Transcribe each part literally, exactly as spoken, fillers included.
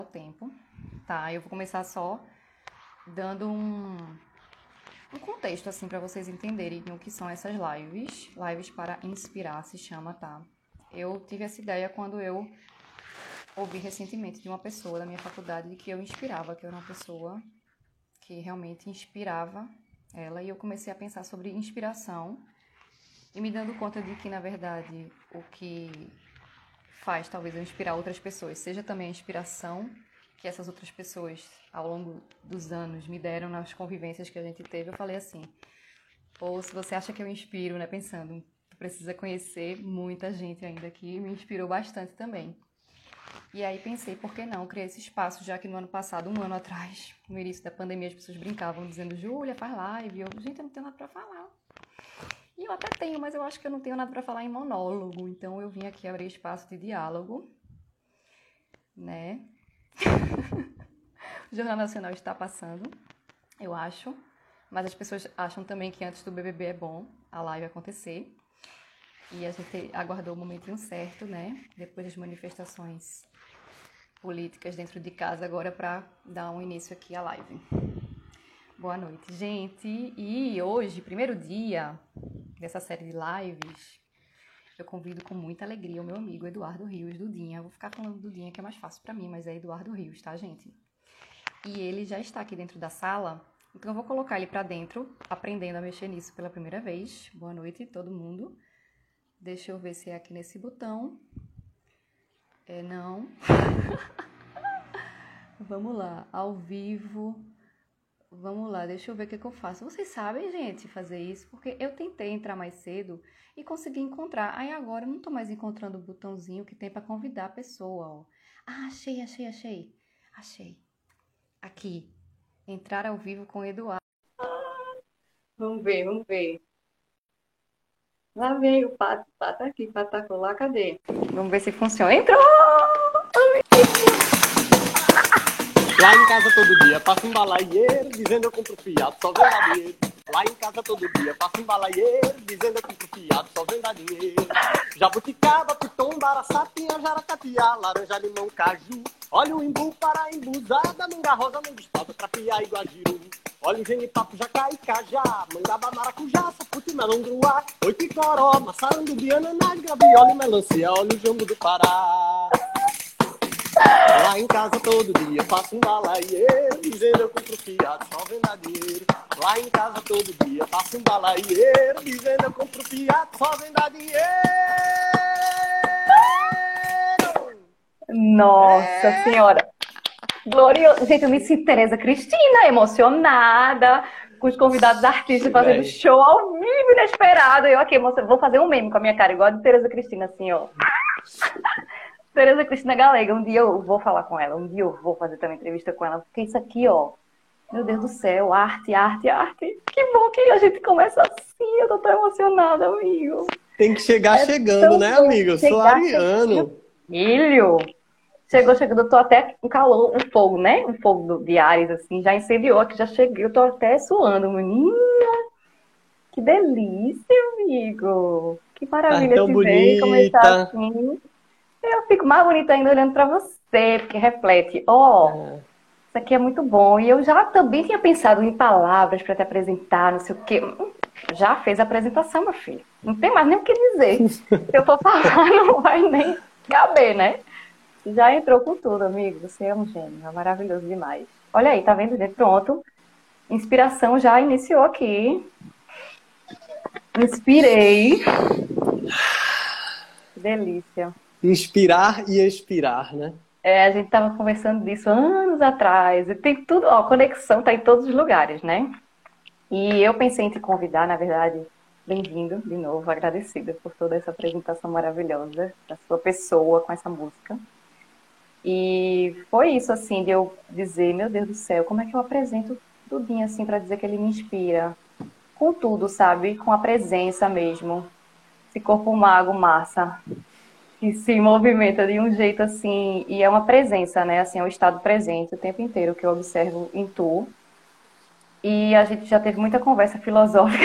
o tempo, tá? Eu vou começar só dando um, um contexto, assim, para vocês entenderem o que são essas lives. Lives para inspirar, se chama, tá? Eu tive essa ideia quando eu ouvi recentemente de uma pessoa da minha faculdade de que eu inspirava, que eu era uma pessoa que realmente inspirava ela, e eu comecei a pensar sobre inspiração e me dando conta de que, na verdade, o que faz talvez eu inspirar outras pessoas seja também a inspiração que essas outras pessoas ao longo dos anos me deram nas convivências que a gente teve. Eu falei assim, ou se você acha que eu inspiro, né, pensando, tu precisa conhecer muita gente ainda que me inspirou bastante também. E aí pensei, por que não criar esse espaço, já que no ano passado, um ano atrás, no início da pandemia, as pessoas brincavam dizendo, Júlia, faz live. Eu, gente, eu não tenho nada pra falar. E eu até tenho, mas eu acho que eu não tenho nada pra falar em monólogo. Então eu vim aqui abrir espaço de diálogo, né? O Jornal Nacional está passando, eu acho. Mas as pessoas acham também que antes do B B B é bom a live acontecer. E a gente aguardou o momentinho certo, né? Depois das manifestações políticas dentro de casa, agora para dar um início aqui à live. Boa noite, gente. E hoje, primeiro dia dessa série de lives, eu convido com muita alegria o meu amigo Eduardo Rios, Dudinha. Eu vou ficar falando Dudinha, que é mais fácil para mim, mas é Eduardo Rios, tá, gente? E ele já está aqui dentro da sala, então eu vou colocar ele para dentro, aprendendo a mexer nisso pela primeira vez. Boa noite, todo mundo. Deixa eu ver se é aqui nesse botão. É, não. Vamos lá, ao vivo. Vamos lá, deixa eu ver o que, que eu faço. Vocês sabem, gente, fazer isso? Porque eu tentei entrar mais cedo e consegui encontrar. Aí agora eu não tô mais encontrando o botãozinho que tem para convidar a pessoa, ó. Ah, achei, achei, achei. Achei. Aqui. Entrar ao vivo com o Eduardo. Vamos ver, vamos ver. Lá vem o pato, pato aqui, patacolar, cadê? Vamos ver se funciona. Entrou! Lá em casa todo dia passa um balaieiro dizendo eu compro fiado, só venda dinheiro. Lá em casa todo dia passa um balaieiro dizendo eu compro fiado, só venda dinheiro. Jabuticaba, piton, baraçapinha, jaracatiá, laranja, limão, caju. Olha o imbu, paraembuzada, manga rosa, não despalta, trapiá e guajiru. Olha o genipapo, jacá e cajá, mangaba, maracujá, sapute, melonguruá. Oi, picoró, maçarandu, bianana, graviola e melancia, olha o jambo do Pará. Lá em casa todo dia faço um balaieiro dizendo eu compro fiado, só venda dinheiro. Lá em casa todo dia faço um balaieiro dizendo eu compro fiado, só venda dinheiro. Nossa é. Senhora! Glorioso! Gente, eu me sinto Tereza Cristina, emocionada, com os convidados artistas fazendo Bem. show ao vivo, inesperado. Eu aqui, vou fazer um meme com a minha cara, igual a de Tereza Cristina, assim, ó. Tereza Cristina Galega, um dia eu vou falar com ela, um dia eu vou fazer também entrevista com ela, porque isso aqui, ó, meu Deus do céu, arte, arte, arte. Que bom que a gente começa assim, eu tô tão emocionada, amigo. Tem que chegar é chegando, né, amigo? Eu sou ariano. Filho, chegou chegando, eu tô até com calor, um fogo, né? Um fogo de Ares, assim, já incendiou aqui, já cheguei, eu tô até suando, menina. Que delícia, amigo. Que maravilha tá tão te bonita. ver, começar assim. Eu fico mais bonita ainda olhando pra você, porque reflete. Ó, oh, é. Isso aqui é muito bom. E eu já também tinha pensado em palavras pra te apresentar, não sei o quê. Já fez a apresentação, meu filho. Não tem mais nem o que dizer. Se eu for falar, não vai nem caber, né? Já entrou com tudo, amigo. Você é um gênio, é maravilhoso demais. Olha aí, tá vendo, gente? Pronto. Inspiração já iniciou aqui. Inspirei. Que delícia. Inspirar e expirar, né? É, a gente estava conversando disso anos atrás. E tem tudo, ó, a conexão está em todos os lugares, né? E eu pensei em te convidar, na verdade, bem-vindo de novo, agradecida por toda essa apresentação maravilhosa da sua pessoa com essa música. E foi isso, assim, de eu dizer, meu Deus do céu, como é que eu apresento tudinho, assim, para dizer que ele me inspira? Com tudo, sabe? Com a presença mesmo. Esse corpo mago, massa. Que se movimenta de um jeito assim, e é uma presença, né? Assim, é um estado presente o tempo inteiro que eu observo em tu. E a gente já teve muita conversa filosófica.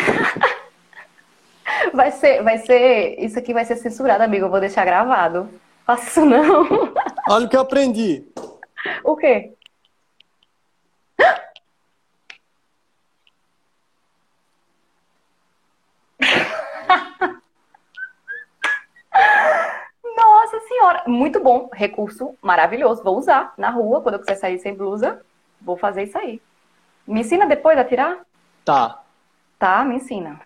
Vai ser, vai ser, isso aqui vai ser censurado, amigo, eu vou deixar gravado. Faça isso não. Olha o que eu aprendi. O quê? Nossa senhora, muito bom, recurso maravilhoso. Vou usar na rua quando eu quiser sair sem blusa. Vou fazer isso aí. Me ensina depois a tirar? Tá. Tá, me ensina.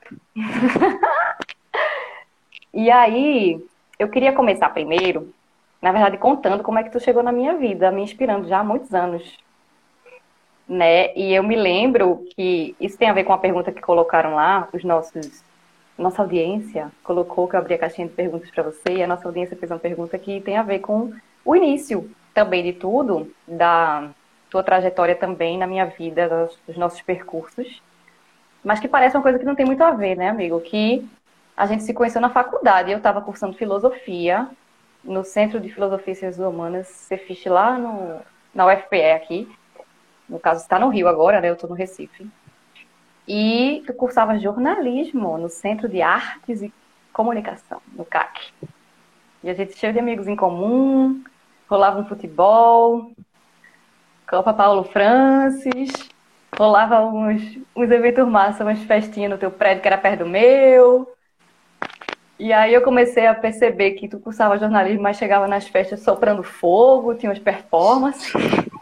E aí, eu queria começar primeiro, na verdade, contando como é que tu chegou na minha vida, me inspirando já há muitos anos, né? E eu me lembro que isso tem a ver com a pergunta que colocaram lá, os nossos, nossa audiência colocou que eu abri a caixinha de perguntas para você, e a nossa audiência fez uma pergunta que tem a ver com o início também de tudo, da tua trajetória também na minha vida, dos, dos nossos percursos, mas que parece uma coisa que não tem muito a ver, né, amigo? Que a gente se conheceu na faculdade, eu estava cursando filosofia, no Centro de Filosofia e Ciências Humanas, Cefiche, lá no, na U F P E aqui. No caso, está no Rio agora, né? Eu estou no Recife. E tu cursava jornalismo no Centro de Artes e Comunicação, no C A C. E a gente cheio de amigos em comum, rolava um futebol, Copa Paulo Francis, rolava uns, uns eventos massa, umas festinhas no teu prédio que era perto do meu. E aí eu comecei a perceber que tu cursava jornalismo, mas chegava nas festas soprando fogo, tinha umas performances.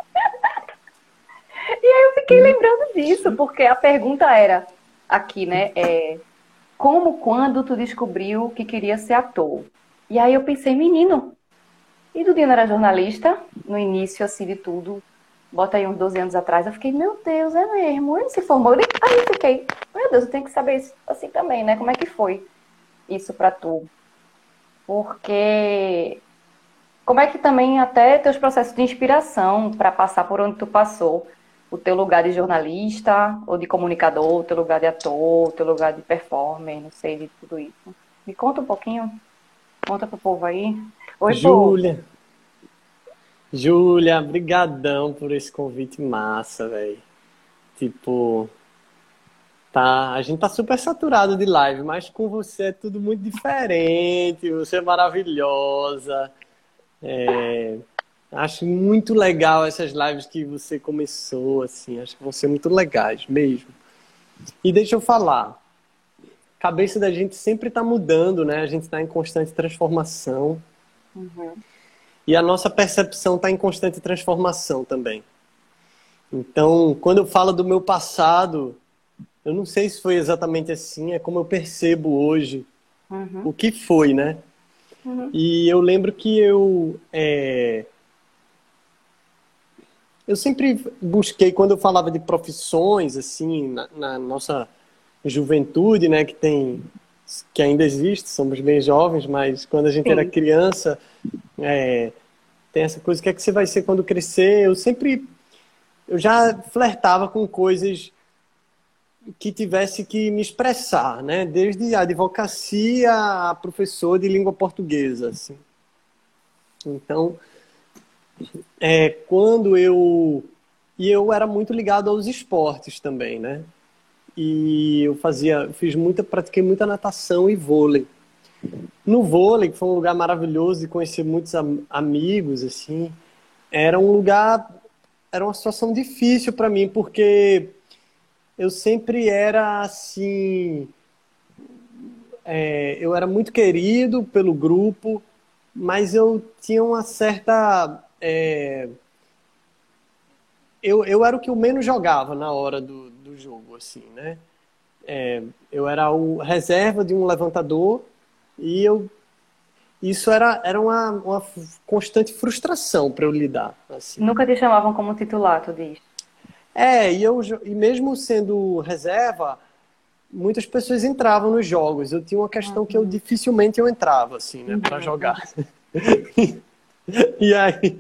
E aí eu fiquei lembrando disso, porque a pergunta era aqui, né? É, como, quando tu descobriu que queria ser ator? E aí eu pensei, menino, e Dudinho não era jornalista? No início, assim, de tudo, bota aí uns doze anos atrás, eu fiquei, meu Deus, é mesmo? Ele se formou. Aí eu fiquei, meu Deus, eu tenho que saber isso assim também, né? Como é que foi isso pra tu? Porque como é que também até teus processos de inspiração para passar por onde tu passou, o teu lugar de jornalista ou de comunicador, o teu lugar de ator, o teu lugar de performer, não sei, de tudo isso. Me conta um pouquinho, conta pro povo aí. Oi, povo. Júlia, Júlia, brigadão por esse convite massa, velho. Tipo, tá, a gente tá super saturado de live, mas com você é tudo muito diferente, você é maravilhosa. É, acho muito legal essas lives que você começou, assim, acho que vão ser muito legais mesmo. E deixa eu falar, a cabeça da gente sempre tá mudando, né? A gente está em constante transformação. Uhum. E a nossa percepção está em constante transformação também. Então, quando eu falo do meu passado, eu não sei se foi exatamente assim, é como eu percebo hoje Uhum. o que foi, né? Uhum. E eu lembro que eu... É... Eu sempre busquei, quando eu falava de profissões, assim, na, na nossa juventude, né, que tem... que ainda existe, somos bem jovens, mas quando a gente era Sim. criança... É... Tem essa coisa, o que é que você vai ser quando crescer? Eu sempre, eu já flertava com coisas que tivesse que me expressar, né? Desde a advocacia a professor de língua portuguesa, assim. Então, é, quando eu... E eu era muito ligado aos esportes também, né? E eu fazia, eu fiz muita, pratiquei muita natação e vôlei. No vôlei, que foi um lugar maravilhoso e conheci muitos am amigos, assim, era um lugar, era uma situação difícil para mim, porque eu sempre era assim, é, eu era muito querido pelo grupo, mas eu tinha uma certa, é, eu, eu era o que eu menos jogava na hora do, do jogo, assim, né? É, eu era o reserva de um levantador e eu isso era, era uma, uma constante frustração para eu lidar, assim. Nunca te chamavam como titular, tu diz? É, e, eu, e mesmo sendo reserva, muitas pessoas entravam nos jogos. Eu tinha uma questão que eu Uhum. dificilmente eu entrava, assim, né, para Uhum. jogar. E aí,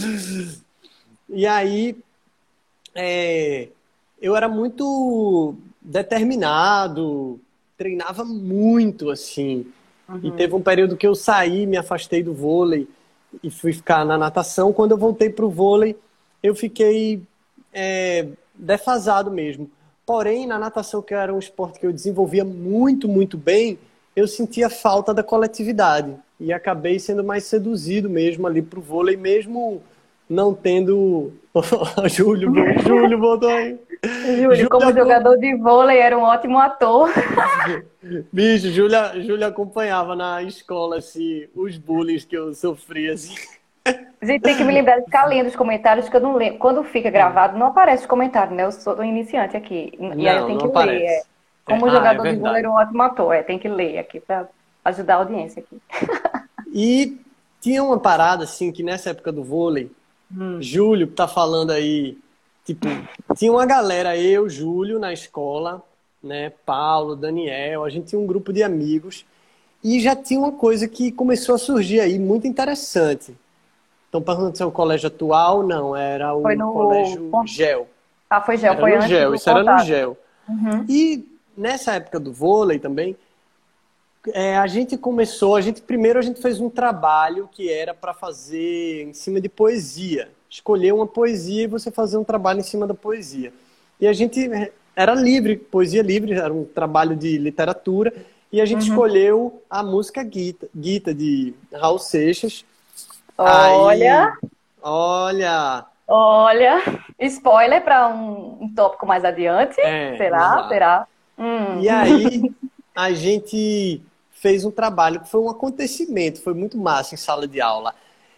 e aí é, eu era muito determinado, treinava muito, assim. E Uhum. teve um período que eu saí, me afastei do vôlei e fui ficar na natação. Quando eu voltei para o vôlei, eu fiquei é, defasado mesmo. Porém, na natação, que era um esporte que eu desenvolvia muito, muito bem, eu sentia falta da coletividade. E acabei sendo mais seduzido mesmo ali para o vôlei, mesmo não tendo... Júlio, Júlio botou aí. Júlio, Júlio como jogador de vôlei, era um ótimo ator. Bicho, Júlia, Júlia acompanhava na escola, assim, os bullies que eu sofria, assim. A gente tem que me lembrar de ficar lendo os comentários, que eu não lembro. Quando fica gravado, não aparece os comentários, né? Eu sou do iniciante aqui. E Não, aí eu tenho que aparece. ler. É. Como é, jogador ah, é de vôlei, era um ótimo ator. É, tem que ler aqui para ajudar a audiência aqui. E tinha uma parada, assim, que nessa época do vôlei, hum. Júlio tá falando aí, tipo, tinha uma galera, eu, Júlio, na escola, né? Paulo, Daniel, a gente tinha um grupo de amigos e já tinha uma coisa que começou a surgir aí, muito interessante. Então, perguntando se é o colégio atual, não, era o no... colégio GEL. Ah, foi GEL, era foi no antes GEL, do isso contato. Era no GEL. Uhum. E nessa época do vôlei também, é, a gente começou, a gente primeiro a gente fez um trabalho que era para fazer em cima de poesia. Escolher uma poesia e você fazer um trabalho em cima da poesia. E a gente era livre, poesia livre, era um trabalho de literatura, e a gente uhum. escolheu a música Gita, Gita de Raul Seixas. Olha! Aí, olha! Olha! Spoiler para um, um tópico mais adiante. É, será? Exato. Será? Hum. E aí, a gente fez um trabalho que foi um acontecimento, foi muito massa em sala de aula.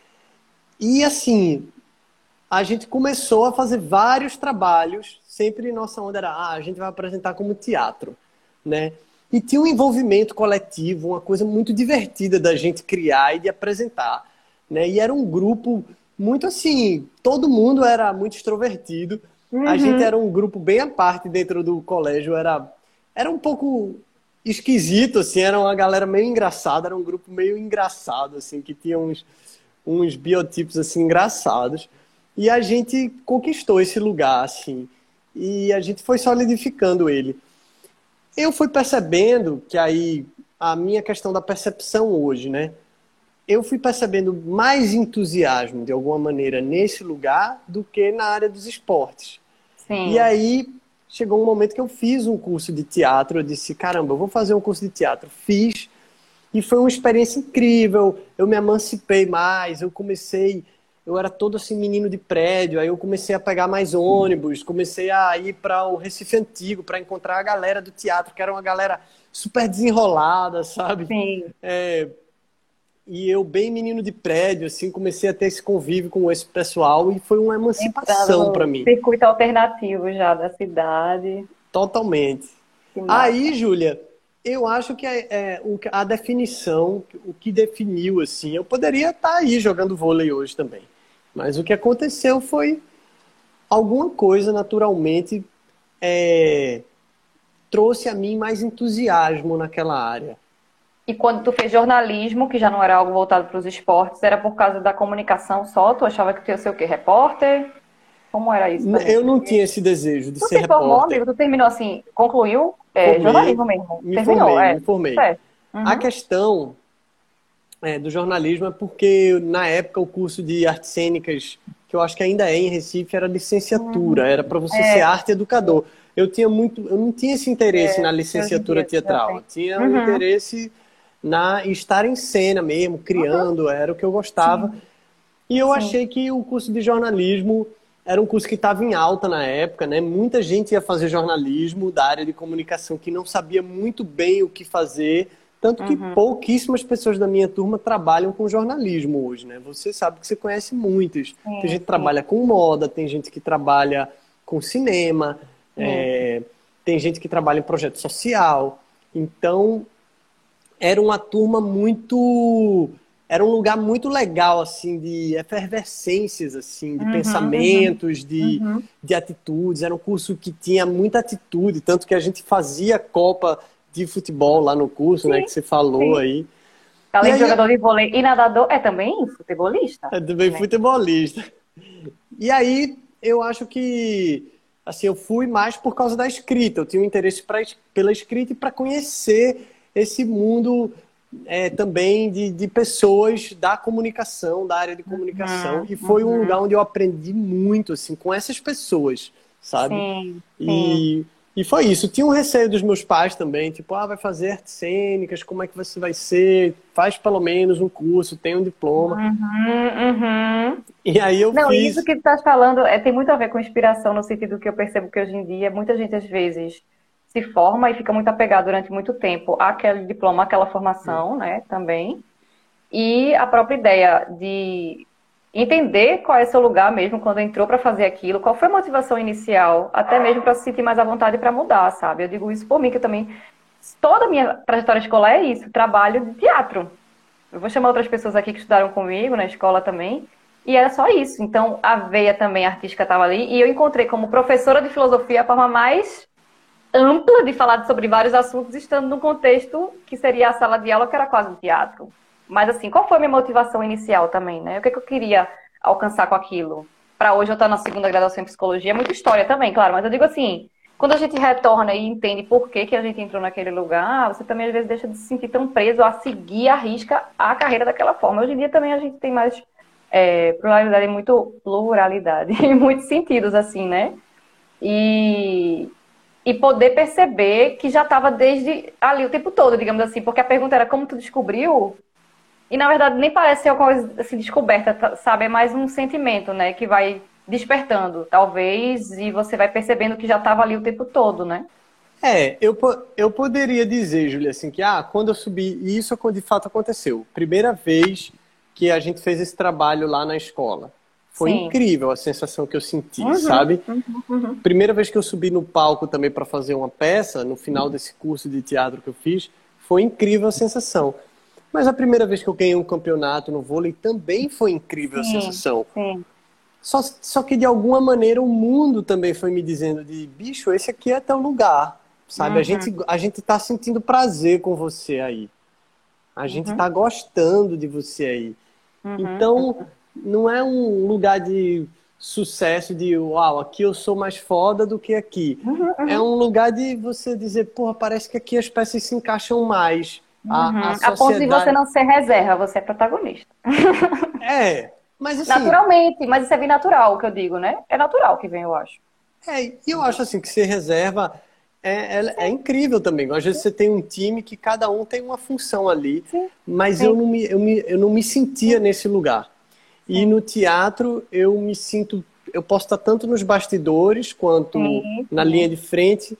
E assim, a gente começou a fazer vários trabalhos, sempre nossa onda era, ah, a gente vai apresentar como teatro, né? E tinha um envolvimento coletivo, uma coisa muito divertida da gente criar e de apresentar, né? E era um grupo muito assim, todo mundo era muito extrovertido, uhum. A gente era um grupo bem à parte dentro do colégio, era, era um pouco esquisito, assim, era uma galera meio engraçada, era um grupo meio engraçado, assim, que tinha uns, uns biotipos, assim, engraçados. E a gente conquistou esse lugar, assim, e a gente foi solidificando ele. Eu fui percebendo que aí, a minha questão da percepção hoje, né? Eu fui percebendo mais entusiasmo, de alguma maneira, nesse lugar do que na área dos esportes. Sim. E aí, chegou um momento que eu fiz um curso de teatro, eu disse, caramba, eu vou fazer um curso de teatro. Fiz, e foi uma experiência incrível, eu me emancipei mais, eu comecei... Eu era todo assim menino de prédio, aí eu comecei a pegar mais ônibus, comecei a ir para o Recife Antigo para encontrar a galera do teatro, que era uma galera super desenrolada, sabe? Sim. É, e eu bem menino de prédio, assim, comecei a ter esse convívio com esse pessoal e foi uma emancipação para mim. Circuito alternativo já da cidade. Totalmente. Aí, Júlia, eu acho que é, é, a definição, o que definiu, assim, eu poderia estar aí jogando vôlei hoje também. Mas o que aconteceu foi alguma coisa, naturalmente, é, trouxe a mim mais entusiasmo naquela área. E quando tu fez jornalismo, que já não era algo voltado para os esportes, era por causa da comunicação só? Tu achava que tu ia ser o quê? Repórter? Como era isso? Também? Eu não tinha esse desejo de tu ser repórter. Tu se formou, amigo? Tu terminou assim, concluiu é, formei, jornalismo mesmo? Me Terminou, formei, é. me formei. É. Uhum. A questão... É, do jornalismo é porque, na época, o curso de artes cênicas, que eu acho que ainda é em Recife, era licenciatura, era para você é. ser arte educador. Eu tinha muito, eu não tinha esse interesse é, na licenciatura teatral, eu tinha uhum. um interesse na estar em cena mesmo, criando, uhum. era o que eu gostava. Sim. E eu Sim. achei que o curso de jornalismo era um curso que estava em alta na época, né? Muita gente ia fazer jornalismo da área de comunicação que não sabia muito bem o que fazer. Tanto que uhum. pouquíssimas pessoas da minha turma trabalham com jornalismo hoje, né? Você sabe que você conhece muitos. Sim, tem gente que sim. trabalha com moda, tem gente que trabalha com cinema, é, tem gente que trabalha em projeto social. Então, era uma turma muito... Era um lugar muito legal, assim, de efervescências, assim, de uhum, pensamentos, uhum. De, uhum. de atitudes. Era um curso que tinha muita atitude, tanto que a gente fazia Copa... de futebol lá no curso, sim, né, que você falou sim. aí. Além de jogador de vôlei e nadador, é também futebolista? É também né? futebolista. E aí, eu acho que, assim, eu fui mais por causa da escrita. Eu tinha um interesse pra, pela escrita e para conhecer esse mundo é, também de, de pessoas da comunicação, da área de comunicação. Uhum, e foi uhum. um lugar onde eu aprendi muito, assim, com essas pessoas, sabe? Sim, e sim. E foi isso. Tinha um receio dos meus pais também, tipo, ah, vai fazer artes cênicas, como é que você vai ser? Faz pelo menos um curso, tem um diploma. Uhum, uhum. E aí eu Não, e isso fiz. que tu estás falando é, tem muito a ver com inspiração, no sentido que eu percebo que hoje em dia muita gente às vezes se forma e fica muito apegado durante muito tempo àquele diploma, àquela formação, né, também. E a própria ideia de entender qual é seu lugar mesmo quando entrou para fazer aquilo, qual foi a motivação inicial, até mesmo para se sentir mais à vontade para mudar, sabe? Eu digo isso por mim, que eu também. Toda a minha trajetória escolar é isso, trabalho de teatro. Eu vou chamar outras pessoas aqui que estudaram comigo na escola também, e era só isso. Então a veia também artística estava ali, e eu encontrei como professora de filosofia a forma mais ampla de falar sobre vários assuntos, estando num contexto que seria a sala de aula, que era quase um teatro. Mas assim, qual foi a minha motivação inicial também, né? O que, é que eu queria alcançar com aquilo? Para hoje eu estar na segunda graduação em psicologia, é muita história também, claro, mas eu digo assim, quando a gente retorna e entende por que, que a gente entrou naquele lugar, você também às vezes deixa de se sentir tão preso a seguir a risca a carreira daquela forma. Hoje em dia também a gente tem mais é, pluralidade, muito pluralidade, em muitos sentidos, assim, né? E, e poder perceber que já estava desde ali o tempo todo, digamos assim, porque a pergunta era como tu descobriu? E, na verdade, nem parece ser uma coisa assim, descoberta, sabe? É mais um sentimento, né? Que vai despertando, talvez, e você vai percebendo que já estava ali o tempo todo, né? É, eu, po- eu poderia dizer, Júlia, assim, que ah, quando eu subi, e isso de fato aconteceu. Primeira vez que a gente fez esse trabalho lá na escola. Foi Sim. incrível a sensação que eu senti, Uhum, sabe? uhum, uhum. Primeira vez que eu subi no palco também para fazer uma peça, no final desse curso de teatro que eu fiz, foi incrível a sensação. Mas a primeira vez que eu ganhei um campeonato no vôlei também foi incrível a Sim, sensação. sim. Só, só que de alguma maneira o mundo também foi me dizendo de bicho, esse aqui é teu lugar, sabe? A Uhum, gente, a gente tá sentindo prazer com você aí. A gente uhum, tá gostando de você aí. uhum, Então, não é um lugar de sucesso de uau, aqui eu sou mais foda do que aqui. uhum, É uhum, um lugar de você dizer, porra, parece que aqui as peças se encaixam mais. A, a uhum. A ponto de você sociedade. não ser reserva, você é protagonista. É, mas assim, Naturalmente, mas isso é bem natural, o que eu digo, né? É natural que vem, eu acho. é, e eu acho assim que ser reserva é, é, é Sim, incrível também. Às vezes você tem um time que cada um tem uma função ali, sim, mas eu sim, não me, eu me, eu não me sentia nesse lugar. E sim, no teatro eu me sinto, eu posso estar tanto nos bastidores quanto sim, na linha sim. de frente,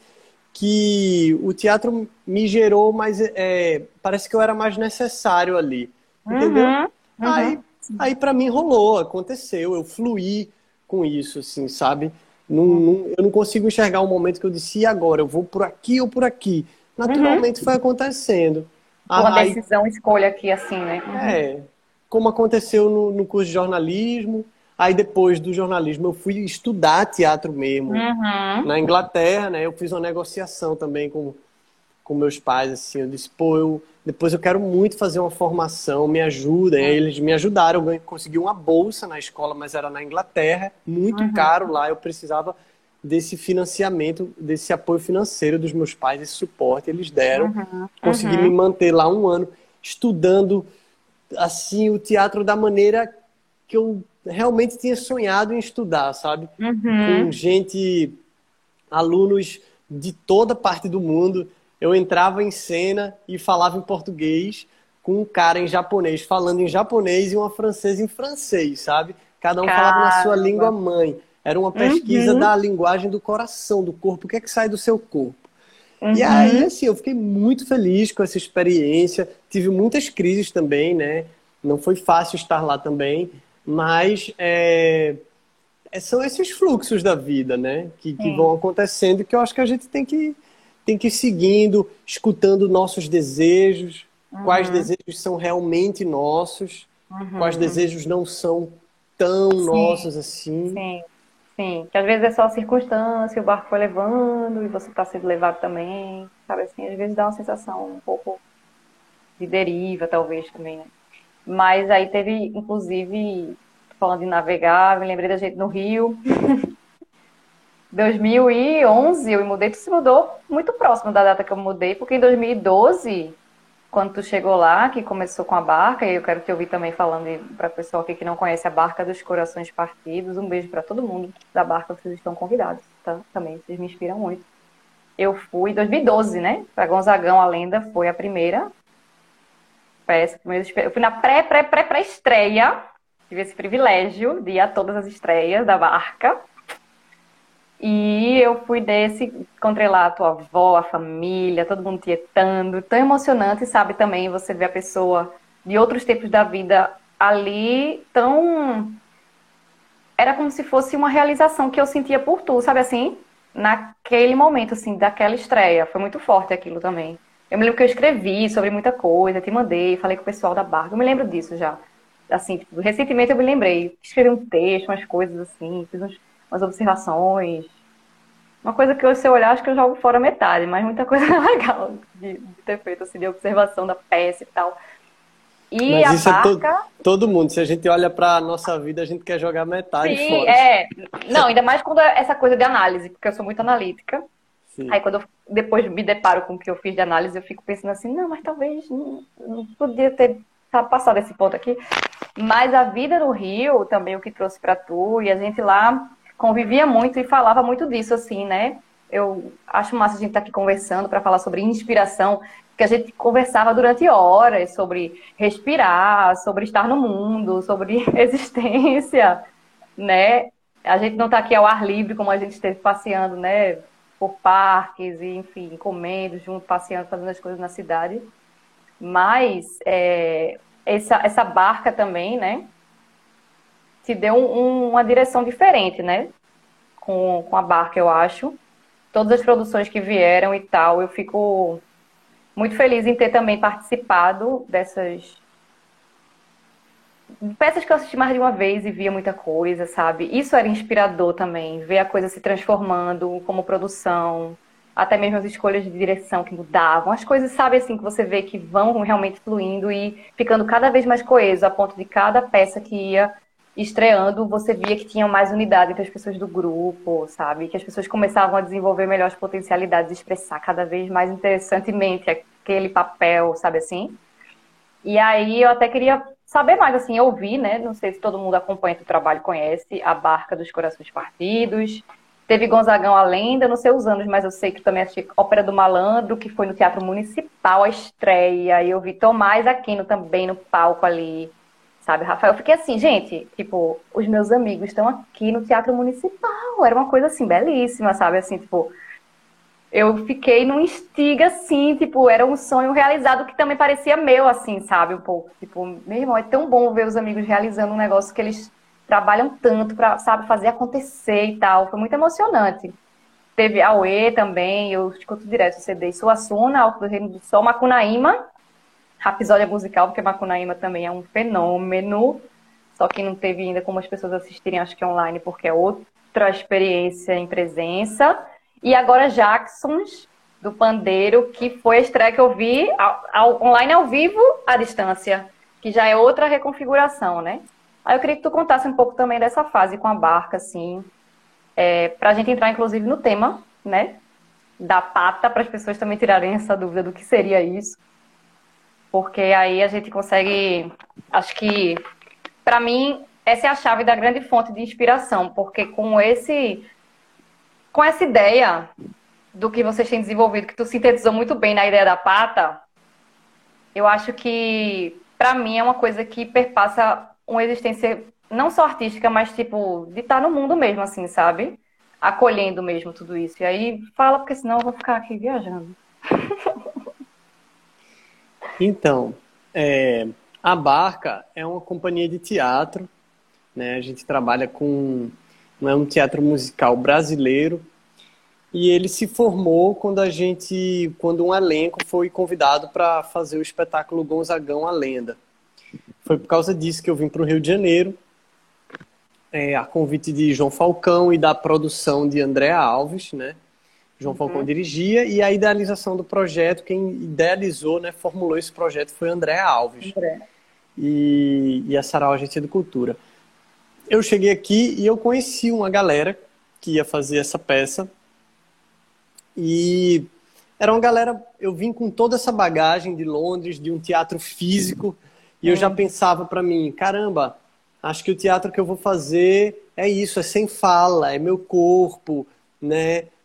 que o teatro me gerou, mas é, parece que eu era mais necessário ali, entendeu? Uhum, Aí, uhum, aí para mim rolou, aconteceu, eu fluí com isso, assim, sabe? Não, uhum. não- eu não consigo enxergar um momento que eu disse, e agora? Eu vou por aqui ou por aqui? Uhum. Naturalmente foi acontecendo. Uma Ah, aí, decisão, escolha aqui, assim, né? Uhum. é, como aconteceu no, no curso de jornalismo, aí depois do jornalismo eu fui estudar teatro mesmo Uhum. na Inglaterra, né? Eu fiz uma negociação também com com meus pais, assim, eu disse, pô, eu, depois eu quero muito fazer uma formação, me ajudem. Aí eles me ajudaram, eu ganhei- consegui uma bolsa na escola, mas era na Inglaterra, muito Uhum. caro lá, eu precisava desse financiamento, desse apoio financeiro dos meus pais, esse suporte, eles deram, Uhum. consegui me Uhum. manter lá um ano, estudando, assim, o teatro da maneira que eu realmente tinha sonhado em estudar, sabe? Com Uhum. gente, alunos de toda parte do mundo. Eu entrava em cena e falava em português com um cara em japonês falando em japonês e uma francesa em francês, sabe? Cada um falava na sua língua Caramba. mãe. Era uma pesquisa Uhum. da linguagem do coração, do corpo, o que é que sai do seu corpo. E aí, Uhum. assim, eu fiquei muito feliz com essa experiência. Tive muitas crises também, né? Não foi fácil estar lá também, mas é, é, são esses fluxos da vida, né? Que, que vão Sim. acontecendo e que eu acho que a gente tem que, tem que ir seguindo, escutando nossos desejos, quais Uhum. desejos são realmente nossos, quais Uhum. desejos não são tão Sim. nossos assim. Sim. Sim. Que às vezes é só circunstância, o barco foi levando e você está sendo levado também. Sabe assim, às vezes dá uma sensação um pouco de deriva, talvez também, né? Mas aí teve, inclusive, falando de navegar, me lembrei da gente no Rio. dois mil e onze eu me mudei, tu se mudou muito próximo da data que eu mudei, porque em dois mil e doze, quando tu chegou lá, que começou com a barca, e eu quero te ouvir também falando para o pessoal aqui que não conhece a Barca dos Corações Partidos, um beijo para todo mundo da barca, vocês estão convidados, tá? Também, vocês me inspiram muito. eu fui em dois mil e doze, né? Para Gonzagão, a Lenda, foi a primeira peça. Eu fui na pré, pré, pré, pré-estreia. Tive esse privilégio de ir a todas as estreias da Barca. E eu fui desse, encontrei lá a tua avó, a família, todo mundo tietando. Tão emocionante, sabe, também você ver a pessoa de outros tempos da vida ali, tão... Era como se fosse uma realização que eu sentia por tu, sabe assim? Naquele momento, assim, daquela estreia. Foi muito forte aquilo também. Eu me lembro que eu escrevi sobre muita coisa, te mandei, falei com o pessoal da Barca. Eu me lembro disso já. Assim, tipo, recentemente eu me lembrei. Escrevi um texto, umas coisas assim, fiz uns, umas observações. Uma coisa que eu, se eu olhar, acho que eu jogo fora metade, mas muita coisa legal de, de ter feito, assim, de observação da peça e tal. E Mas a isso Barca... é to todo mundo. Se a gente olha pra nossa vida, a gente quer jogar metade Sim, fora. é. Não, ainda mais quando é essa coisa de análise, porque eu sou muito analítica. Sim. Aí quando eu depois me deparo com o que eu fiz de análise, eu fico pensando assim, não, mas talvez não, não podia ter tá, passado esse ponto aqui. Mas a vida no Rio, também o que trouxe pra tu, e a gente lá convivia muito e falava muito disso, assim, né? Eu acho massa a gente estar aqui conversando para falar sobre inspiração, porque a gente conversava durante horas sobre respirar, sobre estar no mundo, sobre existência, né? A gente não está aqui ao ar livre, como a gente esteve passeando, né? Por parques e, enfim, comendo junto, passeando, fazendo as coisas na cidade. Mas é, essa, essa barca também, né? Te deu um, um, uma direção diferente, né? Com, com a barca, eu acho. Todas as produções que vieram e tal, eu fico muito feliz em ter também participado dessas peças que eu assisti mais de uma vez e via muita coisa, sabe? Isso era inspirador também, ver a coisa se transformando como produção, até mesmo as escolhas de direção que mudavam, as coisas, sabe, assim, que você vê que vão realmente fluindo e ficando cada vez mais coeso, a ponto de cada peça que ia estreando, você via que tinha mais unidade entre as pessoas do grupo, sabe? Que as pessoas começavam a desenvolver melhores potencialidades, expressar cada vez mais interessantemente aquele papel, sabe assim? E aí eu até queria saber mais, assim, eu vi, né? Não sei se todo mundo acompanha o trabalho, conhece a Barca dos Corações Partidos. Teve Gonzagão a Lenda, não sei os anos, mas eu sei que também assisti Ópera do Malandro, que foi no Teatro Municipal, a estreia. E eu vi Tomás Aquino também no palco ali. Sabe, Rafael? Eu fiquei assim, gente, tipo, os meus amigos estão aqui no Teatro Municipal. Era uma coisa, assim, belíssima, sabe? Assim, tipo, eu fiquei num instiga, assim, tipo, era um sonho realizado que também parecia meu, assim, sabe? Um pouco, tipo, meu irmão, é tão bom ver os amigos realizando um negócio que eles trabalham tanto pra, sabe, fazer acontecer e tal. Foi muito emocionante. Teve a Aue também, eu escuto direto o C D Suassuna, Alto do Reino do Sol, Macunaíma, Rapsódia musical, porque Macunaíma também é um fenômeno, só que não teve ainda como as pessoas assistirem, acho que online, porque é outra experiência em presença. E agora Jacksons, do Pandeiro, que foi a estreia que eu vi ao, ao, online ao vivo, à distância, que já é outra reconfiguração, né? Aí eu queria que tu contasse um pouco também dessa fase com a Barca, assim, é, pra gente entrar, inclusive, no tema, né? Da pata, para as pessoas também tirarem essa dúvida do que seria isso. Porque aí a gente consegue, acho que, para mim, essa é a chave da grande fonte de inspiração, porque com esse, com essa ideia do que vocês têm desenvolvido, que tu sintetizou muito bem na ideia da pata, eu acho que, para mim, é uma coisa que perpassa uma existência não só artística, mas, tipo, de estar no mundo mesmo, assim, sabe? Acolhendo mesmo tudo isso. E aí, fala, porque senão eu vou ficar aqui viajando. Então, é, a Barca é uma companhia de teatro, né? A gente trabalha com não é um teatro musical brasileiro e ele se formou quando a gente, quando um elenco foi convidado para fazer o espetáculo Gonzagão a Lenda. Foi por causa disso que eu vim para o Rio de Janeiro, é, a convite de João Falcão e da produção de André Alves, né? João Falcão uhum. dirigia, e a idealização do projeto, quem idealizou, né, formulou esse projeto foi André Alves. André. E, e a Sarau Agência de Cultura. Eu cheguei aqui e eu conheci uma galera que ia fazer essa peça. E era uma galera, eu vim com toda essa bagagem de Londres, de um teatro físico, e eu já pensava para mim, caramba, acho que o teatro que eu vou fazer é isso, é sem fala, é meu corpo, né?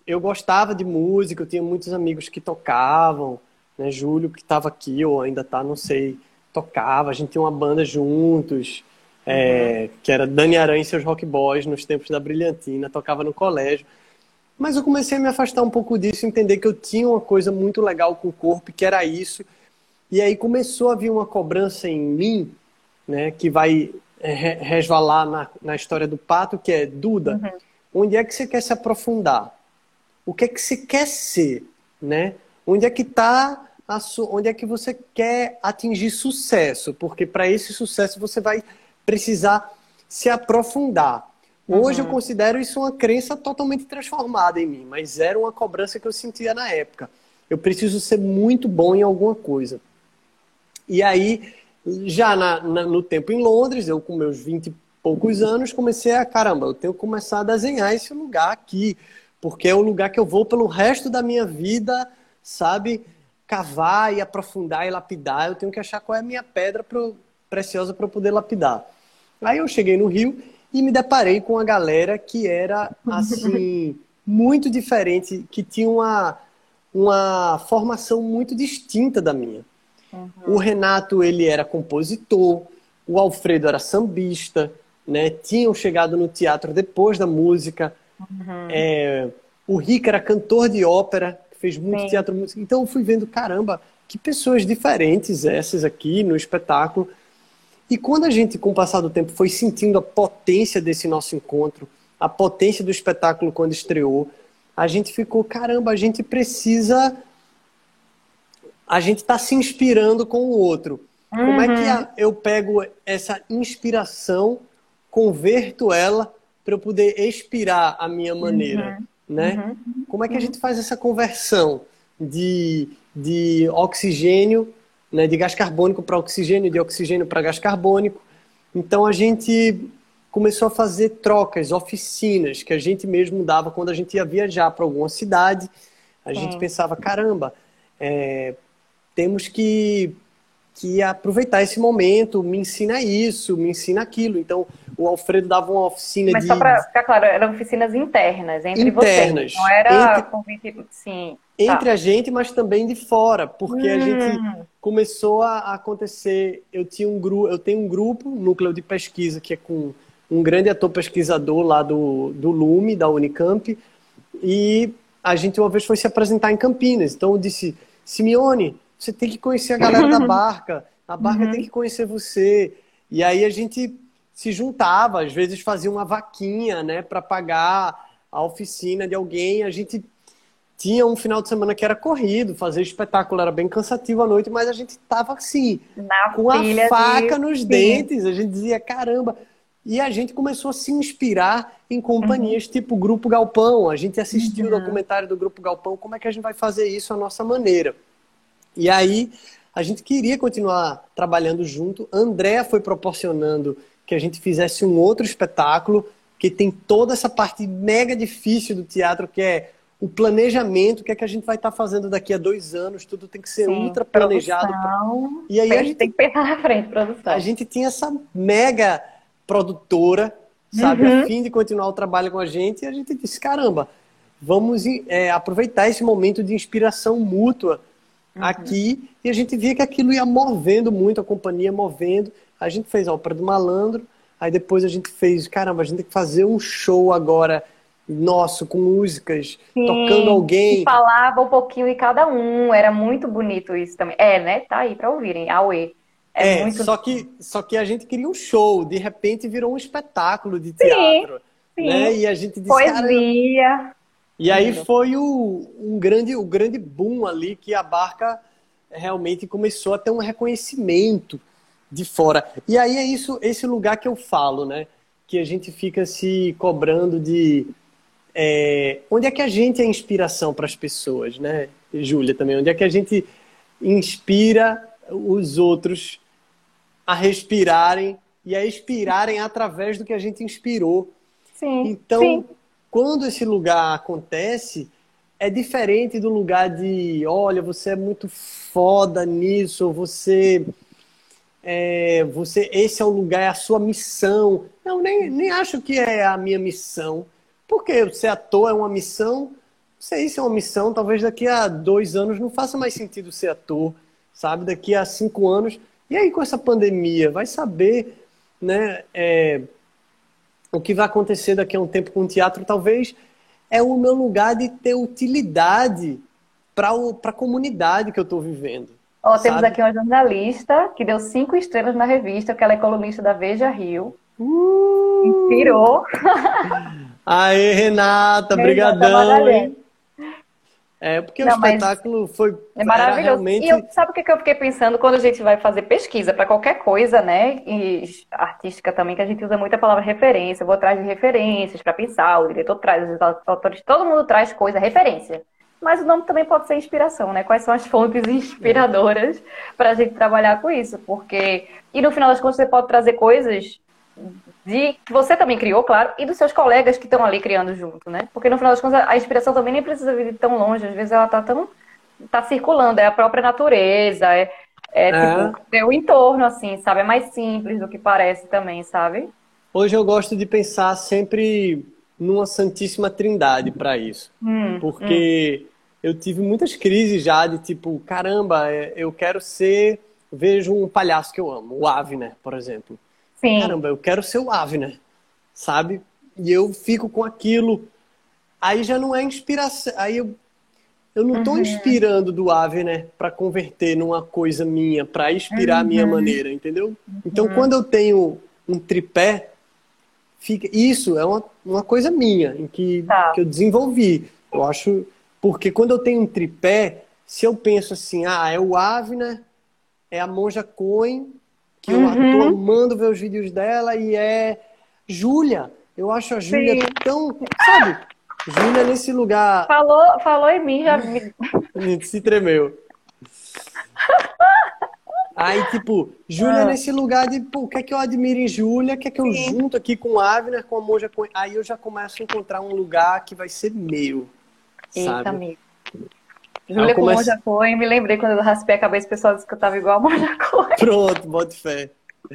eu gostava de música, eu tinha muitos amigos que tocavam, né? Júlio, que estava aqui, ou ainda está, não sei, tocava. A gente tinha uma banda juntos, é, que era Dani Aranha e seus Rock Boys, nos tempos da Brilhantina, tocava no colégio. Mas eu comecei a me afastar um pouco disso, entender que eu tinha uma coisa muito legal com o corpo, que era isso. E aí começou a vir uma cobrança em mim, né, que vai é, resvalar na, na história do pato, que é: Duda, uhum. onde é que você quer se aprofundar? O que é que você quer ser? Né? Onde é que tá a su... onde é que você quer atingir sucesso? Porque para esse sucesso você vai precisar se aprofundar. Hoje uhum. eu considero isso uma crença totalmente transformada em mim, mas era uma cobrança que eu sentia na época. Eu preciso ser muito bom em alguma coisa. E aí, já na, na, no tempo em Londres, eu com meus vinte e poucos anos, comecei a, caramba, eu tenho que começar a desenhar esse lugar aqui, porque é o lugar que eu vou pelo resto da minha vida, sabe, cavar e aprofundar e lapidar. Eu tenho que achar qual é a minha pedra pro, preciosa para eu poder lapidar. Aí eu cheguei no Rio e me deparei com uma galera que era, assim, muito diferente, que tinha uma, uma formação muito distinta da minha. Uhum. O Renato, ele era compositor, o Alfredo era sambista, né? Tinham chegado no teatro depois da música. Uhum. É, o Rick era cantor de ópera, fez muito Sim. teatro música. Então eu fui vendo, caramba, que pessoas diferentes essas aqui no espetáculo. E quando a gente, com o passar do tempo, foi sentindo a potência desse nosso encontro, a potência do espetáculo quando estreou, a gente ficou, caramba, a gente precisa... A gente está se inspirando com o outro. Uhum. Como é que a, eu pego essa inspiração, converto ela para eu poder expirar a minha maneira? Uhum. Né? Uhum. Como é que a gente faz essa conversão de, de oxigênio, né, de gás carbônico para oxigênio, de oxigênio para gás carbônico? Então a gente começou a fazer trocas, oficinas, que a gente mesmo dava quando a gente ia viajar para alguma cidade. A Sim. gente pensava, caramba, é, temos que, que aproveitar esse momento, me ensina isso, me ensina aquilo. Então, o Alfredo dava uma oficina Mas de... Mas só para ficar claro, eram oficinas internas, entre internas, vocês. Não era entre, convite... Sim, entre tá. a gente, mas também de fora. Porque hum. a gente começou a acontecer... Eu, tinha um gru, eu tenho um grupo, um núcleo de pesquisa, que é com um grande ator pesquisador lá do, do Lume, da Unicamp. E a gente uma vez foi se apresentar em Campinas. Então, eu disse, Simeone... Você tem que conhecer a galera da Barca. A Barca uhum. tem que conhecer você. E aí a gente se juntava, às vezes fazia uma vaquinha, né, para pagar a oficina de alguém. A gente tinha um final de semana que era corrido, fazer espetáculo era bem cansativo à noite, mas a gente tava assim, Na com a faca de... nos Sim. dentes. A gente dizia, caramba. E a gente começou a se inspirar em companhias uhum. tipo Grupo Galpão. A gente assistiu uhum. o documentário do Grupo Galpão. Como é que a gente vai fazer isso à nossa maneira? E aí, a gente queria continuar trabalhando junto. A Andréa foi proporcionando que a gente fizesse um outro espetáculo, que tem toda essa parte mega difícil do teatro, que é o planejamento, o que é que a gente vai estar fazendo daqui a dois anos, tudo tem que ser Sim, ultra planejado. Produção, e aí a gente tem que pensar na frente, produção. A gente tinha essa mega produtora, sabe, uhum. a fim de continuar o trabalho com a gente, e a gente disse, caramba, vamos é, aproveitar esse momento de inspiração mútua aqui, uhum. e a gente via que aquilo ia movendo muito, a companhia movendo. A gente fez a Ópera do Malandro, aí depois a gente fez, caramba, a gente tem que fazer um show agora nosso, com músicas, Sim, tocando alguém. E falava um pouquinho de cada um, era muito bonito isso também. É, né? Tá aí pra ouvirem, Aue. É, é muito... só, que, só que a gente queria um show, de repente virou um espetáculo de teatro. Sim, sim. Né? E a gente disse, poesia. Caramba. E aí foi o, um grande, o grande boom ali, que a Barca realmente começou a ter um reconhecimento de fora. E aí é isso, esse lugar que eu falo, né? Que a gente fica se cobrando de... É, onde é que a gente é inspiração para as pessoas, né, Júlia, também? Onde é que a gente inspira os outros a respirarem e a expirarem através do que a gente inspirou? Sim, então, sim. Quando esse lugar acontece, é diferente do lugar de, olha, você é muito foda nisso, ou você, é, você, esse é o lugar, é a sua missão. Não, nem, nem acho que é a minha missão. Porque ser ator é uma missão, sei se é uma missão, talvez daqui a dois anos não faça mais sentido ser ator, sabe? Daqui a cinco anos. E aí com essa pandemia, vai saber, né, é, o que vai acontecer daqui a um tempo com o teatro, talvez é o meu lugar de ter utilidade para a comunidade que eu estou vivendo. Ó, temos sabe? aqui uma jornalista que deu cinco estrelas na revista, que ela é colunista da Veja Rio. Uh! Inspirou. Aê, Renata, brigadão, hein? É, porque Não, o espetáculo foi é maravilhoso. Realmente... E eu, sabe o que eu fiquei pensando quando a gente vai fazer pesquisa para qualquer coisa, né? E artística também, que a gente usa muito a palavra referência. Eu vou atrás de referências para pensar, o diretor traz, os autores, todo mundo traz coisa, referência. Mas o nome também pode ser inspiração, né? Quais são as fontes inspiradoras para a gente trabalhar com isso? Porque, e no final das contas, você pode trazer coisas de que você também criou, claro, e dos seus colegas que estão ali criando junto, né? Porque no final das contas, a inspiração também nem precisa vir tão longe. Às vezes ela tá tão... tá circulando, é a própria natureza, é, é, é. Tipo, é o entorno, assim, sabe? É mais simples do que parece também, sabe? Hoje eu gosto de pensar sempre numa santíssima trindade para isso. Hum, porque hum. eu tive muitas crises já de tipo, caramba, eu quero ser... Vejo um palhaço que eu amo, o Avner, por exemplo. Sim. Caramba, eu quero ser o Avner, sabe? E eu fico com aquilo. Aí já não é inspiração. Aí eu, eu não estou uhum. inspirando do Avner para converter numa coisa minha, para inspirar uhum. a minha maneira, entendeu? Uhum. Então, quando eu tenho um tripé, fica... isso é uma, uma coisa minha, em que, tá. que eu desenvolvi. Eu acho... Porque quando eu tenho um tripé, se eu penso assim, ah, é o Avner, é a Monja Coen, que eu uhum. tô amando ver os vídeos dela, e é Júlia. Eu acho a Júlia tão... Sabe? Júlia nesse lugar... Falou, falou em mim, já me... Se tremeu. Aí, tipo, Júlia ah. nesse lugar de, pô, o que é que eu admiro em Júlia? O que é que eu Sim. junto aqui com o Avner, com a Monja Coen? Aí eu já começo a encontrar um lugar que vai ser meu, Eita, sabe? amigo. Júlia com começo... Monja Coen, me lembrei quando eu raspei a cabeça, o pessoal disse que eu tava igual a Monja Coen. Pronto, bote fé.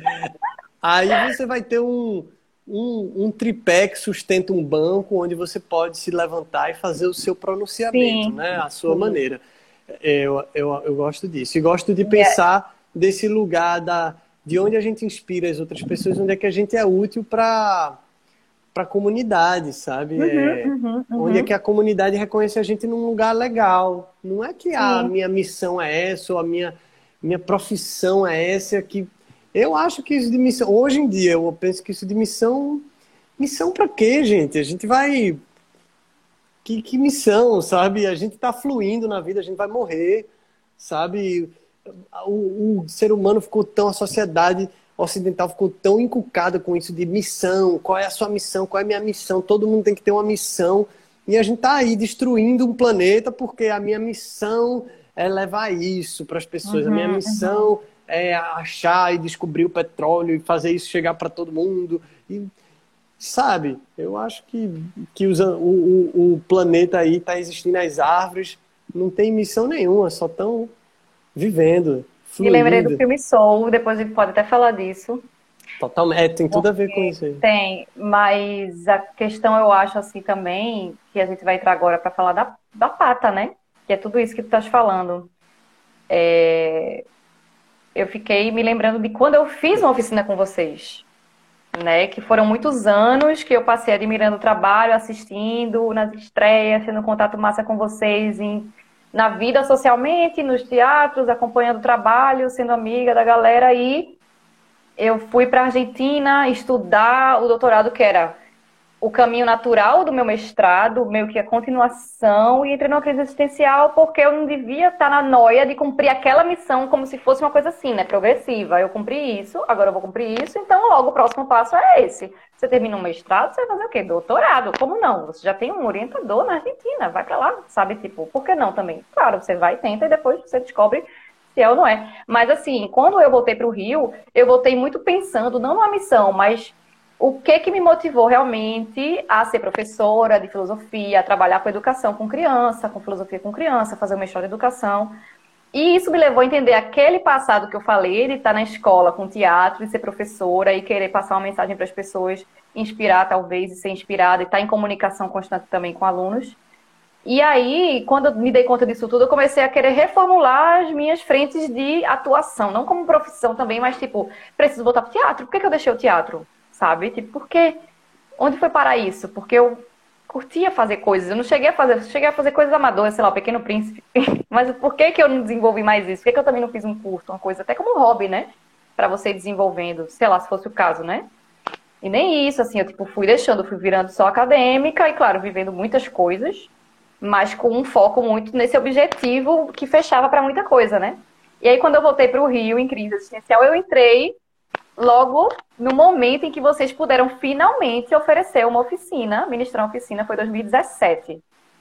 Aí você vai ter um, um, um tripé que sustenta um banco onde você pode se levantar e fazer o seu pronunciamento, Sim. né? A sua Sim. maneira. Eu, eu, eu gosto disso. E gosto de pensar é. desse lugar da, de onde a gente inspira as outras pessoas, onde é que a gente é útil para... para a comunidade, sabe? Uhum, é, uhum, uhum. Onde é que a comunidade reconhece a gente num lugar legal. Não é que a minha missão é essa, ou a minha, minha profissão é essa. Que... Eu acho que isso de missão... Hoje em dia, eu penso que isso de missão... Missão para quê, gente? A gente vai... Que, que missão, sabe? A gente tá fluindo na vida, a gente vai morrer, sabe? O, o ser humano ficou tão... A sociedade... ocidental ficou tão encucada com isso de missão, qual é a sua missão, qual é a minha missão, todo mundo tem que ter uma missão, e a gente tá aí destruindo um planeta porque a minha missão é levar isso para as pessoas, uhum, a minha missão uhum. é achar e descobrir o petróleo e fazer isso chegar para todo mundo, e sabe, eu acho que, que os, o, o, o planeta aí tá existindo, as árvores não tem missão nenhuma, só estão vivendo. Me lembrei do filme Soul, depois a gente pode até falar disso. Totalmente, é, tem tudo a ver com isso aí. Tem, mas a questão eu acho assim também, que a gente vai entrar agora para falar da, da pata, né? Que é tudo isso que tu estás falando. É... Eu fiquei me lembrando de quando eu fiz uma oficina com vocês, né? Que foram muitos anos que eu passei admirando o trabalho, assistindo nas estreias, tendo contato massa com vocês em... na vida socialmente, nos teatros, acompanhando o trabalho, sendo amiga da galera. E eu fui para a Argentina estudar o doutorado, que era o caminho natural do meu mestrado, meio que a continuação, e entrei numa crise existencial porque eu não devia estar na noia de cumprir aquela missão como se fosse uma coisa assim, né, progressiva. Eu cumpri isso, agora eu vou cumprir isso, então logo o próximo passo é esse. Você termina um mestrado, você vai fazer o quê? Doutorado. Como não? Você já tem um orientador na Argentina, vai pra lá, sabe? Tipo, por que não também? Claro, você vai, tenta e depois você descobre se é ou não é. Mas assim, quando eu voltei pro Rio, eu voltei muito pensando, não numa missão, mas o que que me motivou realmente a ser professora de filosofia, a trabalhar com educação com criança, com filosofia com criança, fazer uma história de educação. E isso me levou a entender aquele passado que eu falei, de estar na escola com teatro, de ser professora e querer passar uma mensagem para as pessoas, inspirar talvez, e ser inspirada, e estar em comunicação constante também com alunos. E aí, quando eu me dei conta disso tudo, eu comecei a querer reformular as minhas frentes de atuação. Não como profissão também, mas tipo, preciso voltar pro teatro. Por que que eu deixei o teatro? Sabe? Tipo, por quê? Onde foi parar isso? Porque eu curtia fazer coisas. Eu não cheguei a fazer, cheguei a fazer coisas amadoras, sei lá, o Pequeno Príncipe. Mas por que que eu não desenvolvi mais isso? Por que que eu também não fiz um curso, uma coisa, até como hobby, né? Pra você ir desenvolvendo, sei lá, se fosse o caso, né? E nem isso, assim, eu tipo, fui deixando, fui virando só acadêmica e, claro, vivendo muitas coisas, mas com um foco muito nesse objetivo que fechava para muita coisa, né? E aí, quando eu voltei para o Rio, em crise existencial, eu entrei logo no momento em que vocês puderam finalmente oferecer uma oficina, ministrar uma oficina, foi dois mil e dezessete,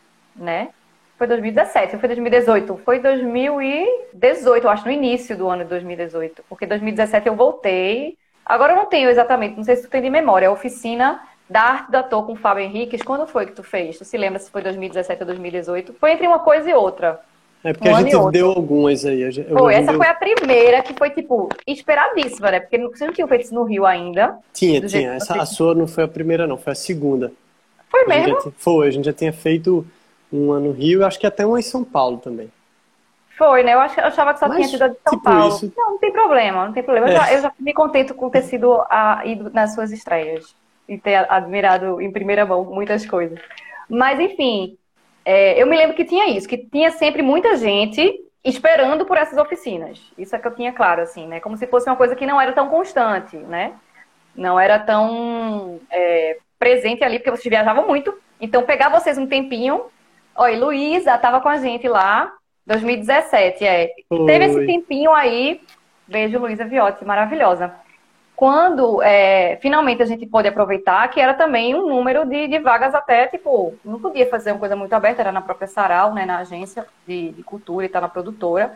né? Foi dois mil e dezessete, ou foi dois mil e dezoito? Foi dois mil e dezoito, eu acho, no início do ano de dois mil e dezoito, porque dois mil e dezessete eu voltei. Agora eu não tenho exatamente, não sei se tu tem de memória, a oficina da arte do ator com o Fábio Henriques, quando foi que tu fez? Tu se lembra se foi dois mil e dezessete ou dois mil e dezoito? Foi entre uma coisa e outra. É porque Um a ano e gente outro. deu algumas aí. A gente, Foi, a gente essa deu... foi a primeira que foi, tipo, esperadíssima, né? Porque vocês não tinham feito isso no Rio ainda. Tinha, do jeito tinha. que Essa, vocês- a sua não foi a primeira, não. Foi a segunda. Foi A gente já mesmo? tinha- foi, a gente já tinha feito uma no Rio, acho que até uma em São Paulo também. Foi, né? Eu ach- eu achava que só tinha Mas, sido a de São tipo, Paulo. isso... Não, não tem problema, não tem problema. Eu É. já, eu já me contento com ter sido a, ido nas suas estreias e ter admirado em primeira mão muitas coisas. Mas, enfim, é, eu me lembro que tinha isso, que tinha sempre muita gente esperando por essas oficinas. Isso é que eu tinha claro, assim, né? Como se fosse uma coisa que não era tão constante, né? Não era tão é, presente ali, porque vocês viajavam muito. Então, pegar vocês um tempinho. Olha, Luísa estava com a gente lá, dois mil e dezessete, é. Teve esse Foi. tempinho aí. Beijo, Luísa Viotti, maravilhosa. Quando é, finalmente a gente pôde aproveitar, que era também um número de, de vagas até, tipo, não podia fazer uma coisa muito aberta, era na própria Sarau, né, na agência de, de cultura e tal, na produtora.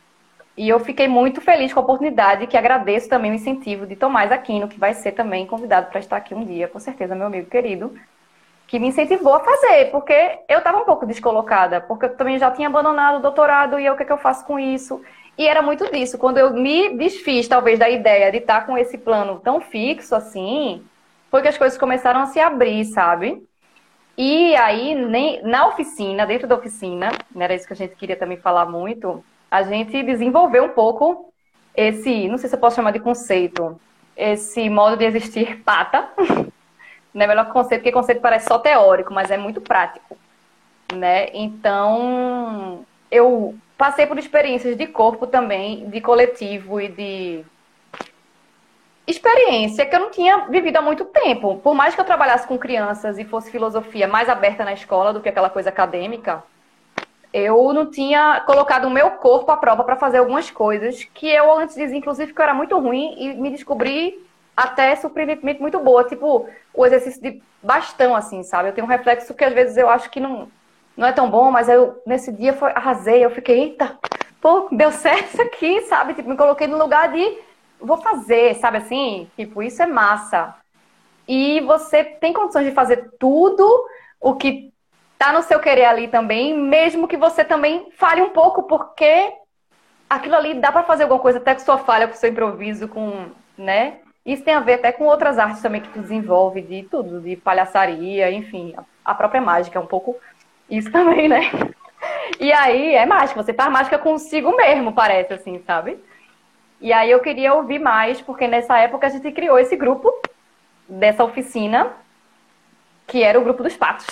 E eu fiquei muito feliz com a oportunidade, que agradeço também o incentivo de Tomás Aquino, que vai ser também convidado para estar aqui um dia, com certeza, meu amigo querido, que me incentivou a fazer, porque eu estava um pouco descolocada, porque eu também já tinha abandonado o doutorado e eu, o que é que eu faço com isso? E era muito disso. Quando eu me desfiz, talvez, da ideia de estar com esse plano tão fixo assim, foi que as coisas começaram a se abrir, sabe? E aí, nem, na oficina, dentro da oficina, né, era isso que a gente queria também falar muito, a gente desenvolveu um pouco esse, não sei se eu posso chamar de conceito, esse modo de existir pata, não é melhor que conceito, porque conceito parece só teórico, mas é muito prático, né? Então, eu passei por experiências de corpo também, de coletivo e de experiência que eu não tinha vivido há muito tempo. Por mais que eu trabalhasse com crianças e fosse filosofia mais aberta na escola do que aquela coisa acadêmica, eu não tinha colocado o meu corpo à prova para fazer algumas coisas que eu antes dizia, inclusive, que eu era muito ruim e me descobri até surpreendentemente muito boa. Tipo, o exercício de bastão, assim, sabe? Eu tenho um reflexo que às vezes eu acho que não, não é tão bom, mas eu, nesse dia, foi, arrasei. Eu fiquei, eita, pô, deu certo isso aqui, sabe? Tipo, me coloquei no lugar de vou fazer, sabe assim? Tipo, isso é massa. E você tem condições de fazer tudo o que tá no seu querer ali também, mesmo que você também falhe um pouco, porque aquilo ali dá para fazer alguma coisa até com sua falha, com seu improviso, com, né? Isso tem a ver até com outras artes também que tu desenvolve, de tudo, de palhaçaria, enfim, a própria mágica é um pouco isso também, né? E aí é mágica, você faz mágica consigo mesmo, parece assim, sabe? E aí eu queria ouvir mais, porque nessa época a gente criou esse grupo dessa oficina, que era o grupo dos patos.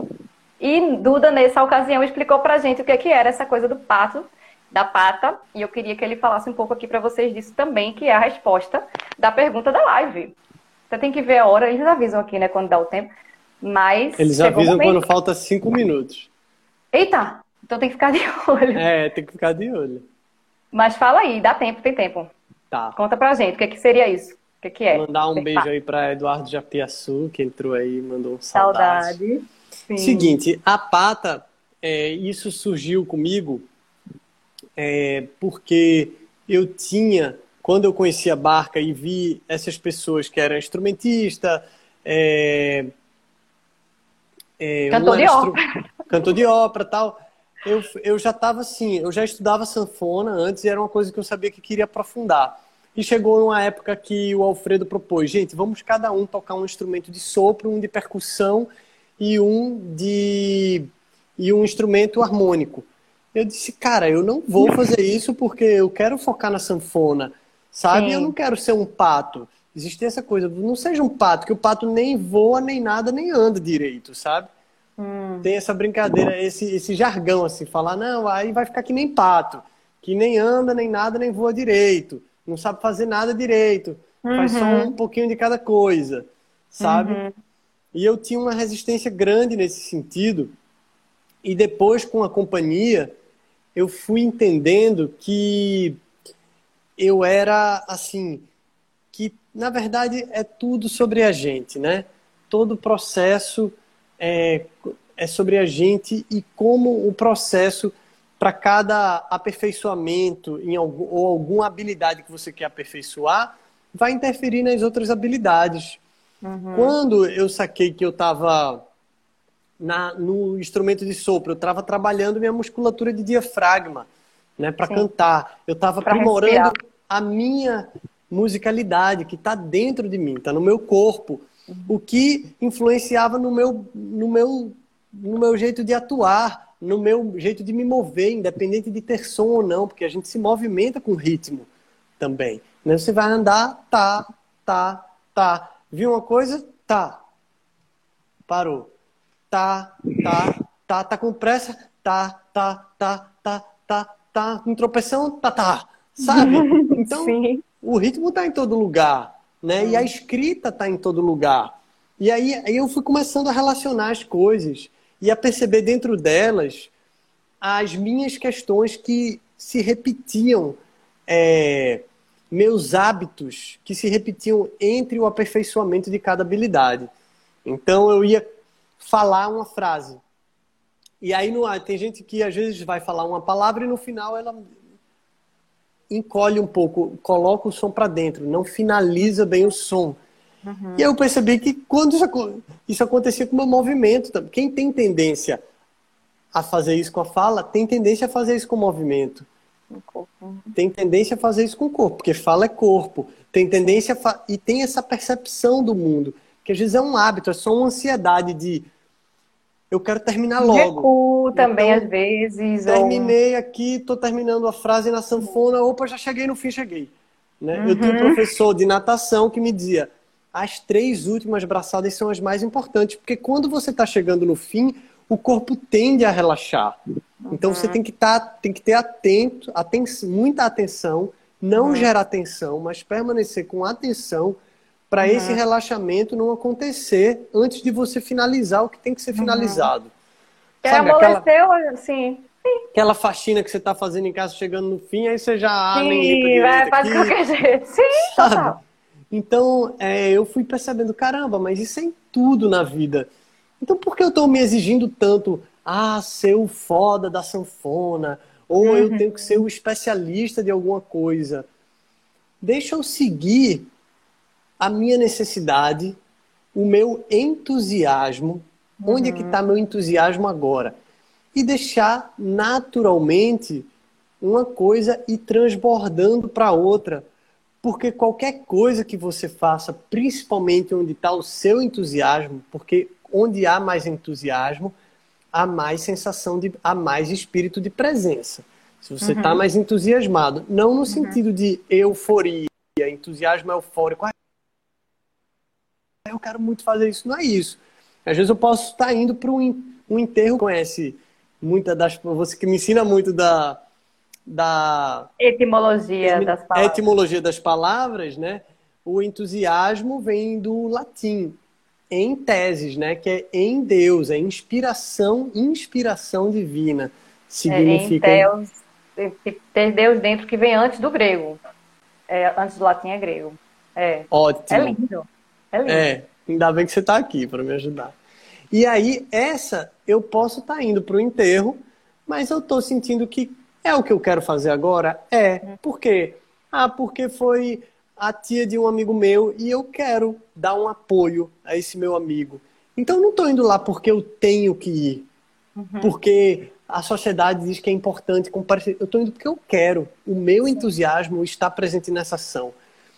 E Duda, nessa ocasião, explicou pra gente o que, é que era essa coisa do pato, da pata, e eu queria que ele falasse um pouco aqui pra vocês disso também, que é a resposta da pergunta da live. Você tem que ver a hora, eles avisam aqui, né, quando dá o tempo, mas... Eles chegou o avisam momento. quando falta cinco minutos. Eita, então tem que ficar de olho. É, tem que ficar de olho. Mas fala aí, dá tempo, tem tempo. Tá. Conta pra gente, o que, é que seria isso? O que, que é? Mandar um Ser beijo pato. aí pra Eduardo Japiaçu, que entrou aí e mandou um saudade. Saudade. Sim. Seguinte, a pata, é, isso surgiu comigo é, porque eu tinha, quando eu conheci a Barca e vi essas pessoas que eram instrumentista, é, é, Cantor um de era ópera. instru- cantor de ópera e tal, eu, eu já estava assim, eu já estudava sanfona antes e era uma coisa que eu sabia que queria aprofundar. E chegou uma época que o Alfredo propôs, gente, vamos cada um tocar um instrumento de sopro, um de percussão e um de e um instrumento harmônico. Eu disse, cara, eu não vou fazer isso porque eu quero focar na sanfona, sabe? Sim. Eu não quero ser um pato. Existe essa coisa, não seja um pato, que o pato nem voa, nem nada, nem anda direito, sabe? Hum. Tem essa brincadeira, esse, esse jargão, assim, falar, não, aí vai ficar que nem pato, que nem anda, nem nada, nem voa direito, não sabe fazer nada direito, Uhum. faz só um pouquinho de cada coisa, sabe? Uhum. E eu tinha uma resistência grande nesse sentido, e depois, com a companhia, eu fui entendendo que eu era, assim, que, na verdade, é tudo sobre a gente, né? Todo o processo é, é sobre a gente e como o processo para cada aperfeiçoamento em algum, ou alguma habilidade que você quer aperfeiçoar vai interferir nas outras habilidades. Uhum. Quando eu saquei que eu estava no instrumento de sopro, eu estava trabalhando minha musculatura de diafragma, né, para cantar. Eu estava aprimorando a minha musicalidade, que está dentro de mim, está no meu corpo, o que influenciava no meu, no, meu, no meu jeito de atuar, no meu jeito de me mover, independente de ter som ou não, porque a gente se movimenta com ritmo também. Né? Você vai andar, tá, tá, tá. Viu uma coisa? Tá. Parou. Tá, tá, tá, tá com pressa? Tá, tá, tá, tá, tá, tá. Com tropeção? Tá, tá. Sabe? Então, Sim. o ritmo tá em todo lugar, né? Hum. E a escrita tá em todo lugar. E aí, aí eu fui começando a relacionar as coisas e a perceber dentro delas as minhas questões que se repetiam, é, meus hábitos que se repetiam entre o aperfeiçoamento de cada habilidade. Então eu ia falar uma frase. E aí no, tem gente que às vezes vai falar uma palavra e no final ela encolhe um pouco, coloca o som para dentro, não finaliza bem o som. Uhum. E eu percebi que quando isso, isso acontecia com o meu movimento, quem tem tendência a fazer isso com a fala, tem tendência a fazer isso com o movimento. Tem tendência a fazer isso com o corpo, porque fala é corpo. Tem tendência a fa... e tem essa percepção do mundo, que às vezes é um hábito, é só uma ansiedade de eu quero terminar logo. Recuo também, então, às vezes. Terminei ou... aqui, estou terminando a frase na sanfona, opa, já cheguei no fim, cheguei. Né? Uhum. Eu tinha um professor de natação que me dizia, as três últimas braçadas são as mais importantes, porque quando você está chegando no fim, o corpo tende a relaxar. Uhum. Então você tem que, tá, tem que ter atento, aten muita atenção, não uhum. gerar tensão, mas permanecer com atenção para uhum. esse relaxamento não acontecer antes de você finalizar o que tem que ser finalizado. Uhum. É, amoleceu, assim. Aquela faxina que você está fazendo em casa, chegando no fim, aí você já ah, Sim, nem entra vai, faz de qualquer jeito. Sim, sabe? total. Então, é, eu fui percebendo, caramba, mas isso é em tudo na vida. Então, por que eu estou me exigindo tanto, ah, ser o foda da sanfona, ou uhum. eu tenho que ser o especialista de alguma coisa? Deixa eu seguir a minha necessidade, o meu entusiasmo. Uhum. Onde é que está meu entusiasmo agora? E deixar naturalmente uma coisa ir transbordando para outra. Porque qualquer coisa que você faça, principalmente onde está o seu entusiasmo, porque onde há mais entusiasmo, há mais sensação, de, há mais espírito de presença. Se você está uhum. mais entusiasmado, não no uhum. sentido de euforia, entusiasmo eufórico, ah, eu quero muito fazer isso, não é isso. Às vezes eu posso estar indo para um, um enterro, conhece muita das, você que me ensina muito da... da etimologia das palavras. Etimologia das palavras, né? O entusiasmo vem do latim, em teses, né? Que é em Deus, é inspiração, inspiração divina. Significa... É, em Deus, ter Deus dentro, que vem antes do grego. É, antes do latim é grego. É. Ótimo. É lindo. É lindo. É, ainda bem que você está aqui para me ajudar. E aí, essa, eu posso estar tá indo para o enterro, mas eu estou sentindo que é o que eu quero fazer agora? É. Por quê? Ah, porque foi a tia de um amigo meu e eu quero dar um apoio a esse meu amigo. Então, eu não estou indo lá porque eu tenho que ir. Uhum. Porque a sociedade diz que é importante comparecer. Eu estou indo porque eu quero. O meu entusiasmo está presente nessa ação.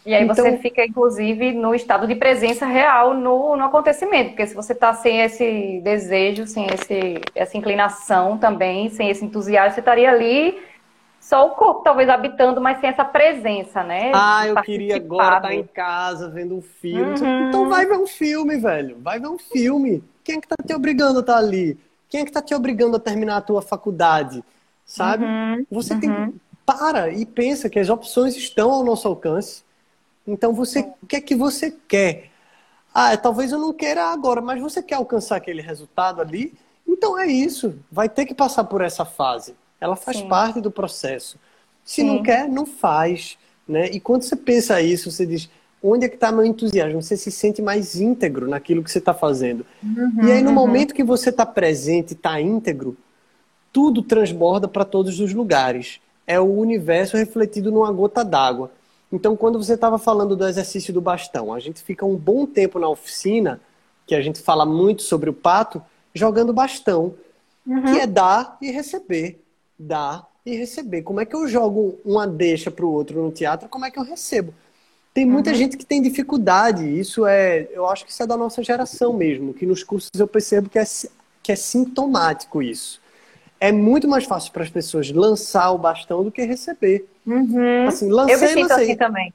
E aí você Então, fica, inclusive, no estado de presença real no, no acontecimento, porque se você está sem esse desejo, sem esse, essa inclinação também, sem esse entusiasmo, você estaria ali só o corpo, talvez habitando, mas sem essa presença, né? ah, De eu queria agora estar em participar. casa vendo um filme. Então Uhum, vai ver um filme, velho. Vai ver um filme. Quem é que tá te obrigando a estar ali? Quem é que tá te obrigando a terminar a tua faculdade? Sabe? uhum, Você tem que... uhum. Para e pensa que as opções estão ao nosso alcance. Então você, o que é que você quer? Ah, talvez eu não queira agora, mas você quer alcançar aquele resultado ali? Então é isso. Vai ter que passar por essa fase. Ela faz Sim, parte do processo. Se não sim. quer, não faz, né? E quando você pensa isso, você diz, onde é que está meu entusiasmo? Você se sente mais íntegro naquilo que você está fazendo. E aí, Uhum, no uhum, momento que você está presente, está íntegro, tudo transborda para todos os lugares. É o universo refletido numa gota d'água. Então, quando você estava falando do exercício do bastão, a gente fica um bom tempo na oficina, que a gente fala muito sobre o pato, jogando bastão, que é uhum, dar e receber. Dar e receber. Como é que eu jogo uma deixa para o outro no teatro? Como é que eu recebo? Tem muita uhum, gente que tem dificuldade. Isso é, eu acho que isso é da nossa geração mesmo, que nos cursos eu percebo que é, que é sintomático isso. É muito mais fácil para as pessoas lançar o bastão do que receber. uhum. Assim, Eu me lancei, sinto assim lancei. também.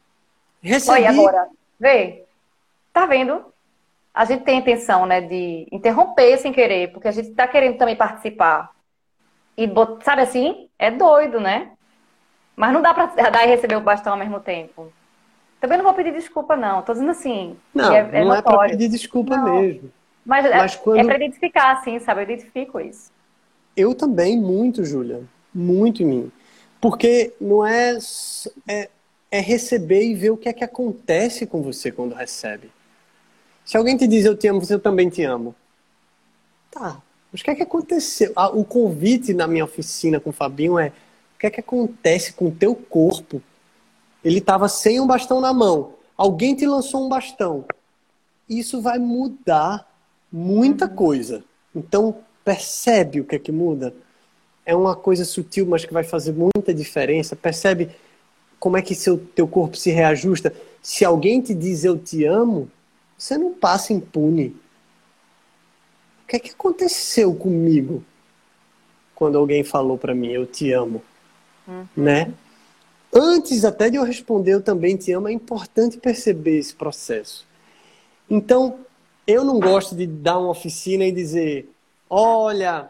Olha, Recebi. agora, vê, tá vendo? A gente tem a intenção, né, de interromper sem querer, porque a gente tá querendo também participar. E, bot- sabe assim? É doido, né? Mas não dá pra dar e receber o bastão ao mesmo tempo. Também não vou pedir desculpa, não. Tô dizendo assim, que Não, é, é não é para notório. pedir desculpa Não. mesmo. Mas Mas é, é pra quando identificar, assim, sabe? Eu identifico isso. eu também, muito, Júlia, muito em mim. Porque não é, é, é receber e ver o que é que acontece com você quando recebe. Se alguém te diz eu te amo, você eu também te amo. Tá, mas o que é que aconteceu? Ah, o convite na minha oficina com o Fabinho é o que é que acontece com o teu corpo? Ele estava sem um bastão na mão. Alguém te lançou um bastão. Isso vai mudar muita Uhum, coisa. Então, percebe o que é que muda? É uma coisa sutil, mas que vai fazer muita diferença. Percebe como é que seu teu corpo se reajusta? Se alguém te diz eu te amo, você não passa impune. O que é que aconteceu comigo quando alguém falou para mim eu te amo, né? uhum, Antes até de eu responder eu também te amo, é importante perceber esse processo. Então, eu não gosto de dar uma oficina e dizer, olha,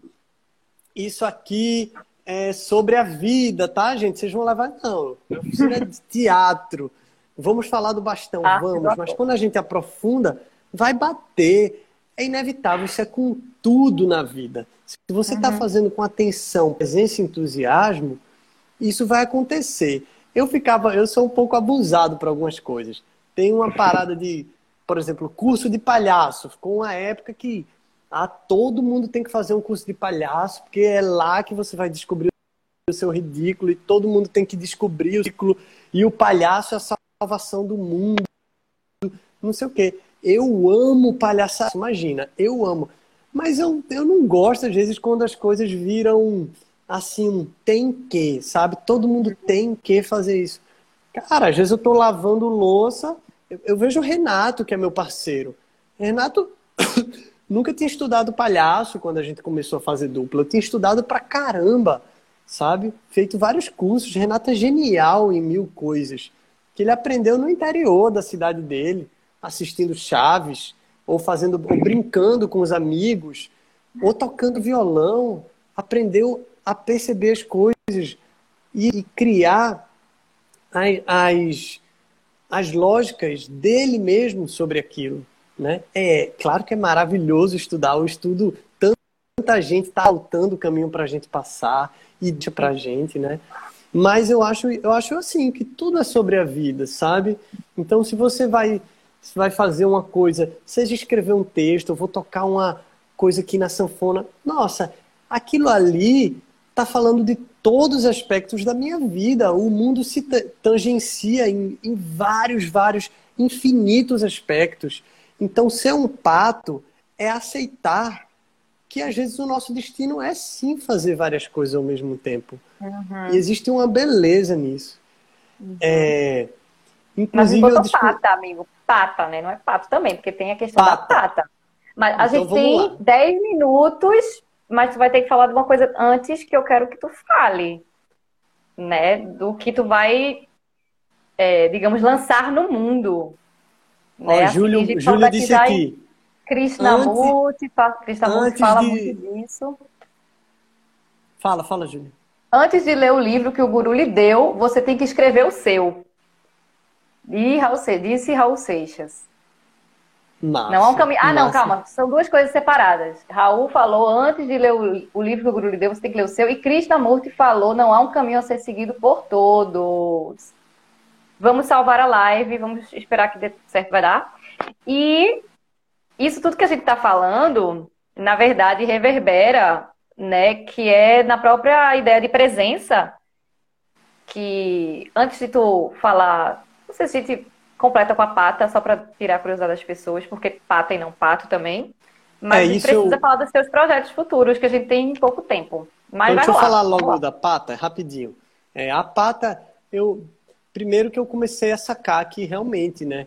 isso aqui é sobre a vida, tá, gente? Vocês vão levar. Não, minha oficina é de teatro. Vamos falar do bastão, arte do vamos. Mas ator. quando a gente aprofunda, vai bater. É inevitável, isso é com tudo na vida. Se você está Uhum, fazendo com atenção, presença e entusiasmo, isso vai acontecer. Eu ficava, eu sou um pouco abusado para algumas coisas. Tem uma parada de, por exemplo, curso de palhaço. Ficou uma época que ah, todo mundo tem que fazer um curso de palhaço, porque é lá que você vai descobrir o seu ridículo e todo mundo tem que descobrir o ciclo. E o palhaço é a salvação do mundo, não sei o quê. Eu amo palhaçada, imagina, eu amo. Mas eu, eu não gosto, às vezes, quando as coisas viram assim, um tem que, sabe? Todo mundo tem que fazer isso. Cara, às vezes eu tô lavando louça, eu, eu vejo o Renato, que é meu parceiro. Renato nunca tinha estudado palhaço quando a gente começou a fazer dupla. Eu tinha estudado pra caramba, sabe? Feito vários cursos. Renato é genial em mil coisas. Que ele aprendeu no interior da cidade dele, assistindo Chaves, ou fazendo, ou brincando com os amigos, ou tocando violão. Aprendeu a perceber as coisas e, e criar as, as, as lógicas dele mesmo sobre aquilo, né? É claro que é maravilhoso estudar o estudo, tanta gente está faltando o caminho para a gente passar e para a gente, né? Mas eu acho, eu acho assim que tudo é sobre a vida, sabe? Então, se você vai, se vai fazer uma coisa, seja escrever um texto, eu vou tocar uma coisa aqui na sanfona, nossa, aquilo ali está falando de todos os aspectos da minha vida. O mundo se tangencia em, em vários, vários, infinitos aspectos. Então, ser um pato é aceitar que às vezes o nosso destino é sim fazer várias coisas ao mesmo tempo. E uhum, existe uma beleza nisso. uhum. É, Mas me Inclusive, eu botou descobri... pata, amigo. Pata, né? Não é pato também, porque tem a questão da Pata. pata. Mas a Então, gente vamos tem lá. dez minutos, mas tu vai ter que falar de uma coisa antes que eu quero que tu fale, né? Do que tu vai, é, digamos, lançar no mundo, Ó, né? Assim, tem Júlio, gente falando Júlio aqui disse já em aqui, antes, Krishnamurti, fa- Krishnamurti antes fala muito de... disso. Fala, fala, Júlio. Antes de ler o livro que o guru lhe deu, você tem que escrever o seu. E Raul Se- disse Raul Seixas. Não há um Massa, caminho. Ah, não, massa. calma. São duas coisas separadas. Raul falou antes de ler o, o livro que o Guru lhe deu, você tem que ler o seu. E Krishnamurti falou: não há um caminho a ser seguido por todos. Vamos salvar a live, vamos esperar que dê certo, vai dar. E isso tudo que a gente está falando, na verdade, reverbera, né? Que é na própria ideia de presença. Que antes de tu falar, não sei se a gente completa com a pata, só para tirar a curiosidade das pessoas, porque pata e não pato também. É, Mas a gente isso precisa eu... falar dos seus projetos futuros, que a gente tem pouco tempo. Mas Então, vai deixa eu falar rolar. Vamos logo lá. da pata, rapidinho. É, a pata, eu... Primeiro que eu comecei a sacar que realmente, né?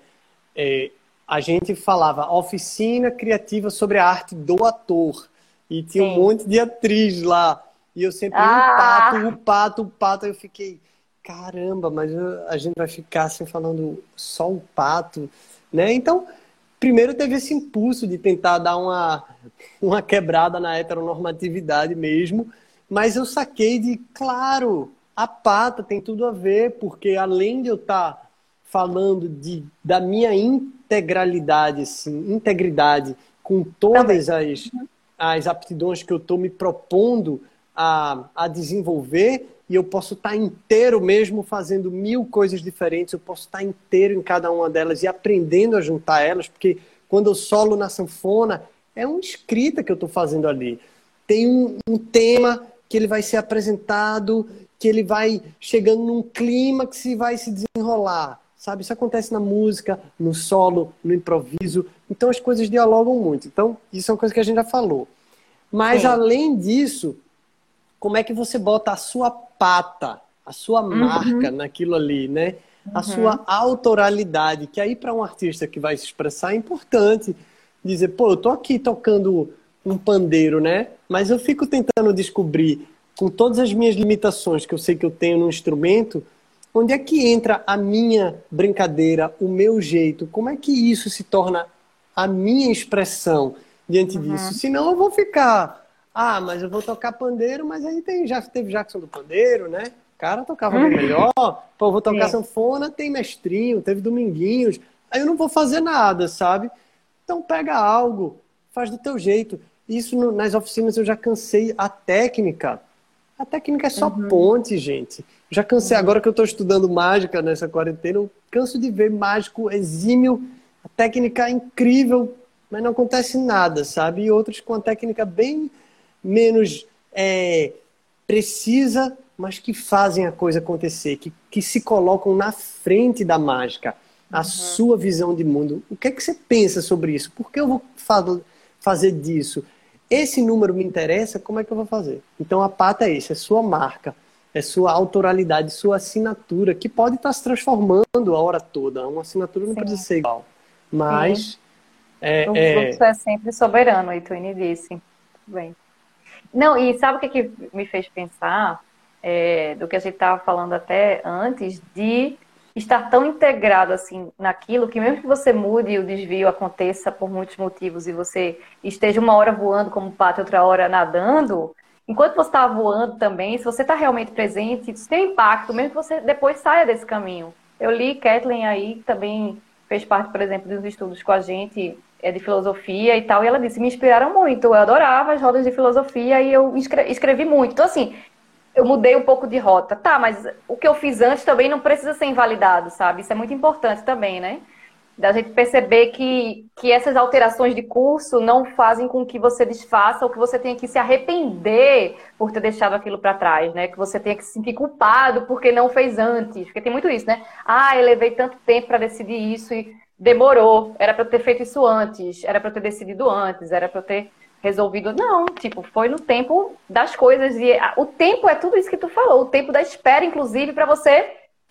É, a gente falava oficina criativa sobre a arte do ator. E tinha um Sim. monte de atriz lá. E eu sempre, o pato, Ah, o pato, o pato. Aí eu fiquei, caramba, mas eu- a gente vai ficar assim falando só o pato, né? Então, primeiro teve esse impulso de tentar dar uma, uma quebrada na heteronormatividade mesmo. Mas eu saquei de, claro, a pata tem tudo a ver, porque além de eu estar falando de, da minha integralidade, assim, integridade com também. todas as, as aptidões que eu estou me propondo a, a desenvolver, e eu posso estar inteiro mesmo fazendo mil coisas diferentes, eu posso estar inteiro em cada uma delas e aprendendo a juntar elas, porque quando eu solo na sanfona, é uma escrita que eu estou fazendo ali. Tem um, um tema que ele vai ser apresentado, que ele vai chegando num clímax e vai se desenrolar, sabe? Isso acontece na música, no solo, no improviso. Então as coisas dialogam muito. Então isso é uma coisa que a gente já falou. Mas Sim. além disso, como é que você bota a sua pata, a sua marca Uhum. naquilo ali, né? A Uhum. sua autoralidade, que aí para um artista que vai se expressar é importante dizer, pô, eu tô aqui tocando um pandeiro, né? Mas eu fico tentando descobrir, com todas as minhas limitações que eu sei que eu tenho no instrumento, onde é que entra a minha brincadeira, o meu jeito? Como é que isso se torna a minha expressão diante disso? Uhum. Senão eu vou ficar, ah, mas eu vou tocar pandeiro, mas aí tem, já teve Jackson do Pandeiro, né? O cara tocava bem Uhum. melhor. Pô, eu vou tocar Sim. sanfona, tem mestrinho, teve Dominguinhos. Aí eu não vou fazer nada, sabe? Então pega algo, faz do teu jeito. Isso no- nas oficinas eu já cansei a técnica. A técnica é só Uhum. ponte, gente. Já cansei, Uhum. agora que eu estou estudando mágica nessa quarentena, eu canso de ver mágico exímio, a técnica é incrível, mas não acontece nada, sabe? E outros com a técnica bem menos é, precisa, mas que fazem a coisa acontecer, que, que se colocam na frente da mágica, a Uhum. sua visão de mundo. O que é que você pensa sobre isso? Por que eu vou fa- fazer disso? Esse número me interessa, como é que eu vou fazer? Então a pata é isso, é sua marca, é sua autoralidade, sua assinatura, que pode estar se transformando a hora toda. Uma assinatura não precisa Sim. ser igual. Sim. Mas O é, fluxo é, é sempre soberano, e tu disse. Muito bem. Não, e sabe o que, que me fez pensar é, do que a gente estava falando até antes, de estar tão integrado assim naquilo que mesmo que você mude e o desvio aconteça por muitos motivos e você esteja uma hora voando como pato e outra hora nadando, enquanto você está voando também, se você está realmente presente, isso tem um impacto, mesmo que você depois saia desse caminho. Eu li Kathleen aí, que também fez parte, por exemplo, dos estudos com a gente, é, de filosofia e tal, e ela disse, me inspiraram muito, eu adorava as rodas de filosofia e eu escre- escrevi muito. Então, assim, eu mudei um pouco de rota. Tá, mas o que eu fiz antes também não precisa ser invalidado, sabe? Isso é muito importante também, né? Da gente perceber que, que essas alterações de curso não fazem com que você desfaça ou que você tenha que se arrepender por ter deixado aquilo para trás, né? Que você tenha que se sentir culpado porque não fez antes. Porque tem muito isso, né? Ah, eu levei tanto tempo para decidir isso e demorou. Era para eu ter feito isso antes, era para eu ter decidido antes, era para eu ter resolvido. Não, tipo, foi no tempo das coisas. E o tempo é tudo isso que tu falou, o tempo da espera, inclusive, para você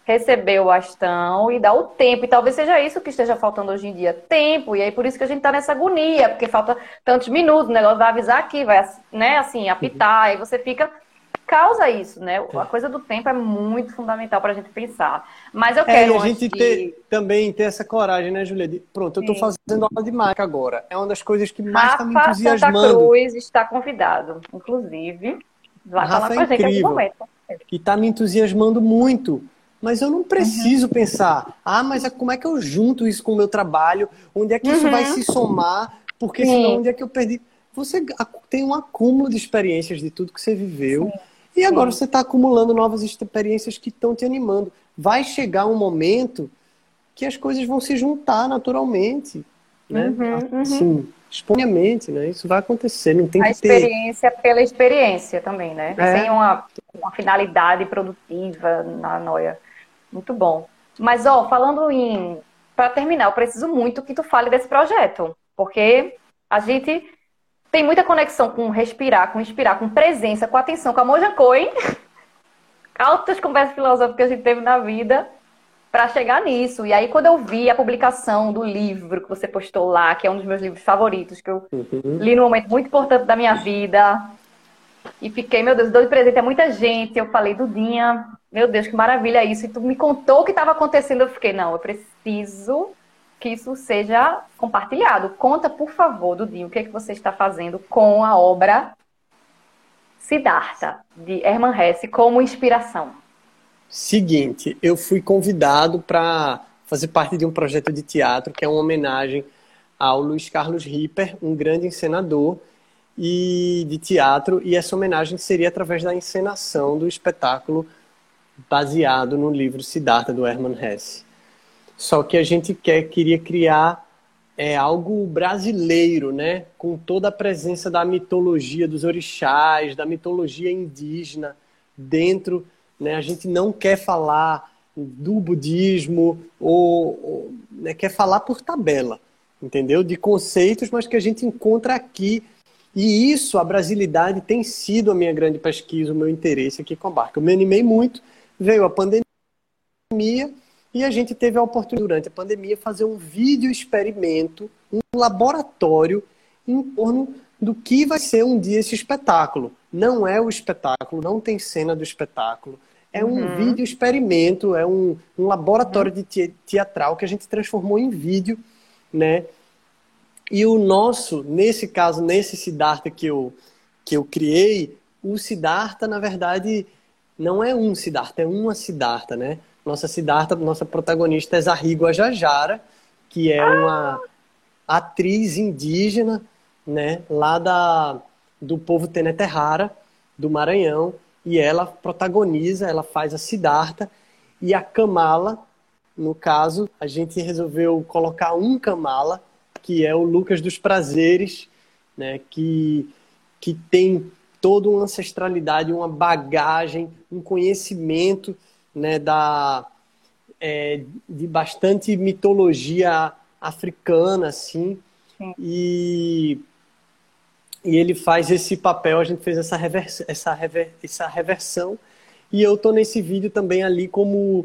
receber o bastão e dar o tempo. E talvez seja isso que esteja faltando hoje em dia, tempo. E aí por isso que a gente tá nessa agonia, porque falta tantos minutos, o negócio vai avisar aqui, vai, né, assim, apitar, aí você fica... Causa isso, né? A coisa do tempo é muito fundamental para a gente pensar. Mas eu quero... É, e a gente de... ter, também ter essa coragem, né, Julia? De, pronto, eu estou fazendo aula de mágica agora. É uma das coisas que mais está me Rafa entusiasmando. Santa Cruz está convidado, inclusive. Vai Rafa falar com é a gente em algum incrível. momento. E está me entusiasmando muito. Mas eu não preciso Uhum. pensar, ah, mas como é que eu junto isso com o meu trabalho? Onde é que isso Uhum. vai se somar? Porque Sim. senão onde é que eu perdi? Você tem um acúmulo de experiências de tudo que você viveu. Sim. E agora Sim. você está acumulando novas experiências que estão te animando. Vai chegar um momento que as coisas vão se juntar naturalmente, né? Uhum, uhum. Assim, espontaneamente, né? Isso vai acontecer, não tem A que ter... experiência pela experiência também, né? É. Sem uma, uma finalidade produtiva na noia. Muito bom. Mas, ó, falando em... Para terminar, eu preciso muito que tu fale desse projeto. Porque a gente tem muita conexão com respirar, com inspirar, com presença, com atenção, com a Monja Coen. Altas conversas filosóficas que a gente teve na vida para chegar nisso. E aí, quando eu vi a publicação do livro que você postou lá, que é um dos meus livros favoritos, que eu Uhum. li num momento muito importante da minha vida, e fiquei, meu Deus, dou de presente a muita gente. Eu falei, Dudinha, meu Deus, que maravilha isso. E tu me contou o que estava acontecendo. Eu fiquei, não, eu preciso que isso seja compartilhado. Conta, por favor, Dudinho, o que é que você está fazendo com a obra Siddhartha, de Hermann Hesse, como inspiração. Seguinte, eu fui convidado para fazer parte de um projeto de teatro que é uma homenagem ao Luiz Carlos Ripper, um grande encenador e de teatro, e essa homenagem seria através da encenação do espetáculo baseado no livro Siddhartha, do Hermann Hesse. Só que a gente quer, queria criar é, algo brasileiro, né? Com toda a presença da mitologia dos orixás, da mitologia indígena dentro, né? A gente não quer falar do budismo, ou, ou né? Quer falar por tabela, entendeu? De conceitos, mas que a gente encontra aqui. E isso, a brasilidade, tem sido a minha grande pesquisa, o meu interesse aqui com a barca. Eu me animei muito, veio a pandemia, e a gente teve a oportunidade, durante a pandemia, fazer um vídeo experimento, um laboratório em torno do que vai ser um dia esse espetáculo. Não é o espetáculo, não tem cena do espetáculo. É um Uhum. vídeo experimento, é um, um laboratório uhum. de teatral que a gente transformou em vídeo, né? E o nosso, nesse caso, nesse Siddhartha que eu, que eu criei, o Siddhartha, na verdade, não é um Siddhartha, é uma Siddhartha, né? Nossa Siddhartha, nossa protagonista é Zahri Guajajara, que é uma atriz indígena, né, lá da, do povo Teneterrara, do Maranhão, e ela protagoniza, ela faz a Siddhartha, e a Kamala, no caso, a gente resolveu colocar um Kamala, que é o Lucas dos Prazeres, né, que, que tem toda uma ancestralidade, uma bagagem, um conhecimento, né, da, é, de bastante mitologia africana, assim, e, e ele faz esse papel, a gente fez essa, revers, essa, rever, essa reversão, e eu tô nesse vídeo também ali como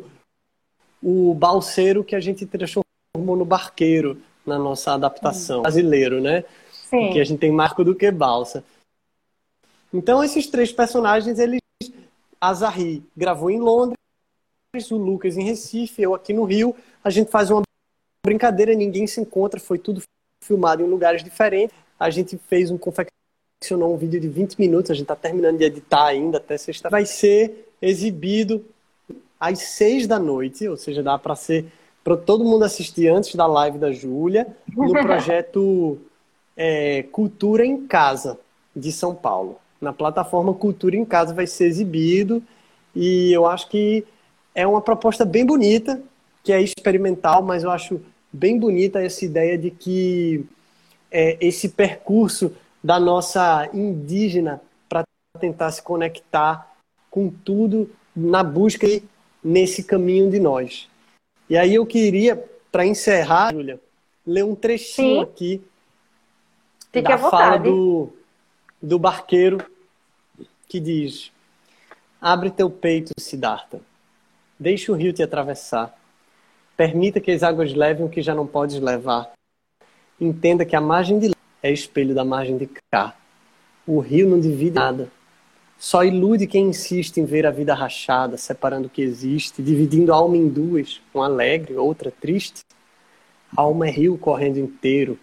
o balseiro que a gente transformou no barqueiro na nossa adaptação, brasileiro, né? Sim. Porque a gente tem marco do que balsa. Então esses três personagens, eles, a Zahri gravou em Londres, o Lucas em Recife, eu aqui no Rio, a gente faz uma brincadeira, ninguém se encontra, foi tudo filmado em lugares diferentes, a gente fez um, confeccionou um vídeo de vinte minutos, a gente está terminando de editar ainda, até sexta, vai ser exibido às seis da noite, ou seja, dá para ser, para todo mundo assistir antes da live da Júlia, no projeto é, Cultura em Casa, de São Paulo. Na plataforma Cultura em Casa vai ser exibido, e eu acho que é uma proposta bem bonita, que é experimental, mas eu acho bem bonita essa ideia de que é, esse percurso da nossa indígena para tentar se conectar com tudo na busca e nesse caminho de nós. E aí eu queria, para encerrar, Júlia, ler um trechinho Sim. aqui Fique da à fala vontade. do, do barqueiro, que diz: abre teu peito, Siddhartha. Deixe o rio te atravessar. Permita que as águas levem o que já não podes levar. Entenda que a margem de lá é espelho da margem de cá. O rio não divide nada. Só ilude quem insiste em ver a vida rachada, separando o que existe, dividindo a alma em duas, uma alegre, outra triste. A alma é rio correndo inteiro,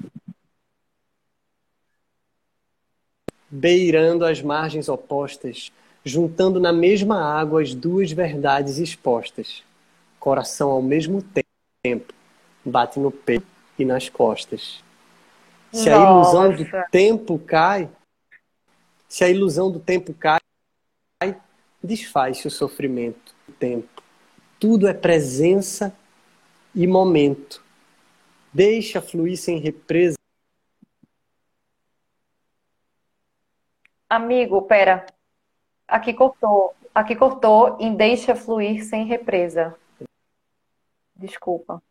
beirando as margens opostas, juntando na mesma água as duas verdades expostas. Coração ao mesmo tempo, bate no peito e nas costas. Se a ilusão do Nossa. tempo cai, se a ilusão do tempo cai, desfaz-se o sofrimento do tempo. Tudo é presença e momento. Deixa fluir sem represa. Amigo, pera. Aqui cortou. Aqui cortou em deixa fluir sem represa. Desculpa.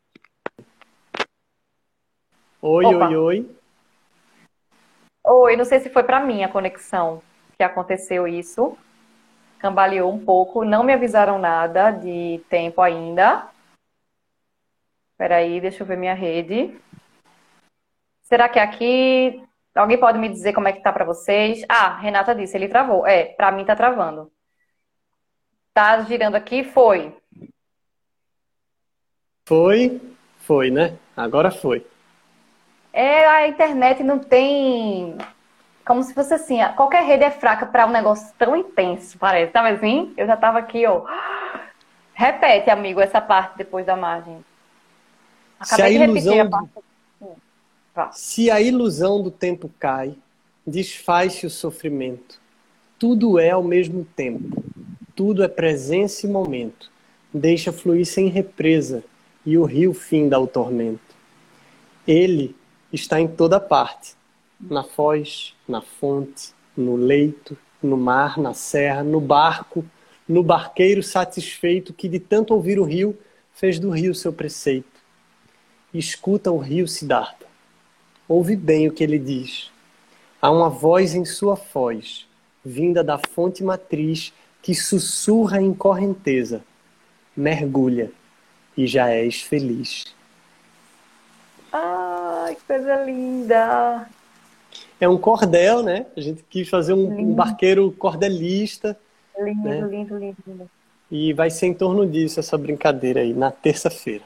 Oi, Opa. oi, oi. Oi, não sei se foi para mim a conexão que aconteceu isso. Cambaleou um pouco. Não me avisaram nada de tempo ainda. Peraí, deixa eu ver minha rede. Será que é aqui? Alguém pode me dizer como é que tá para vocês? Ah, Renata disse, ele travou. É, para mim tá travando. Tá girando aqui? Foi. Foi, foi, né? Agora foi. É, a internet não tem. Como se fosse assim, qualquer rede é fraca para um negócio tão intenso, parece. Tá vendo assim? Eu já tava aqui, ó. Repete, amigo, essa parte depois da margem. Se a Acabei de repetir a ilusão parte. do, Vá. se a ilusão do tempo cai, desfaz-se o sofrimento. Tudo é ao mesmo tempo. Tudo é presença e momento. Deixa fluir sem represa e o rio finda o tormento. Ele está em toda parte. Na foz, na fonte, no leito, no mar, na serra, no barco, no barqueiro satisfeito que de tanto ouvir o rio, fez do rio seu preceito. Escuta o rio Siddhartha. Ouve bem o que ele diz. Há uma voz em sua foz, vinda da fonte matriz, que sussurra em correnteza. Mergulha e já és feliz. Ai, que coisa linda. É um cordel, né? A gente quis fazer um, um Lindo. barqueiro cordelista. Lindo, Né? lindo, lindo, lindo. E vai ser em torno disso, essa brincadeira aí, na terça-feira.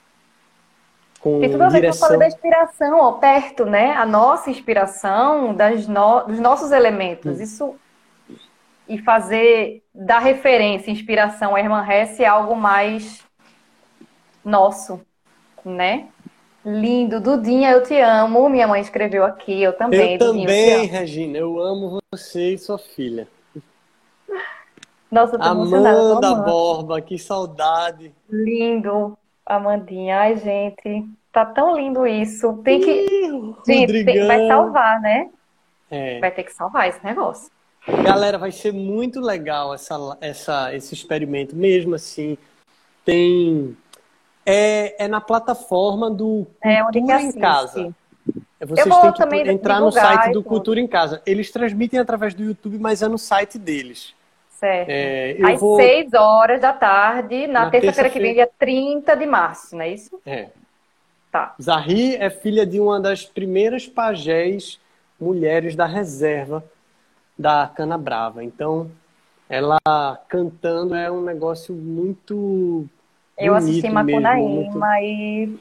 Com Tem tudo a ver com a direção... fala da inspiração, ó, perto, né? A nossa inspiração das no... dos nossos elementos. Hum. Isso e fazer da referência, inspiração, Hermann Hesse é algo mais nosso, né? Lindo. Dudinha, eu te amo. Minha mãe escreveu aqui, eu também. Eu Dudinha, eu te também, amo. Regina. Eu amo você e sua filha. Nossa, eu tô emocionada, eu tô Amanda amando. Borba, que saudade. Lindo, Amandinha. Ai, gente, tá tão lindo isso. Tem que. Gente, tem- vai Rodrigão. salvar, né? É. Vai ter que salvar esse negócio. Galera, vai ser muito legal essa, essa, esse experimento. Mesmo assim, tem... É, é na plataforma do É onde que Cultura em assiste. Casa. Eu Vocês vou têm que também entrar no divulgar site e do tudo. Cultura em Casa. Eles transmitem através do YouTube, mas é no site deles. Certo. É, eu Às vou... seis horas da tarde, na, Na terça-feira que vem, terça-feira. dia trinta de março, não é isso? É. Tá. Zahri é filha de uma das primeiras pajés mulheres da reserva da Cana Brava. Então, ela cantando é um negócio muito Eu assisti bonito mesmo. Macunaíma Muito... e.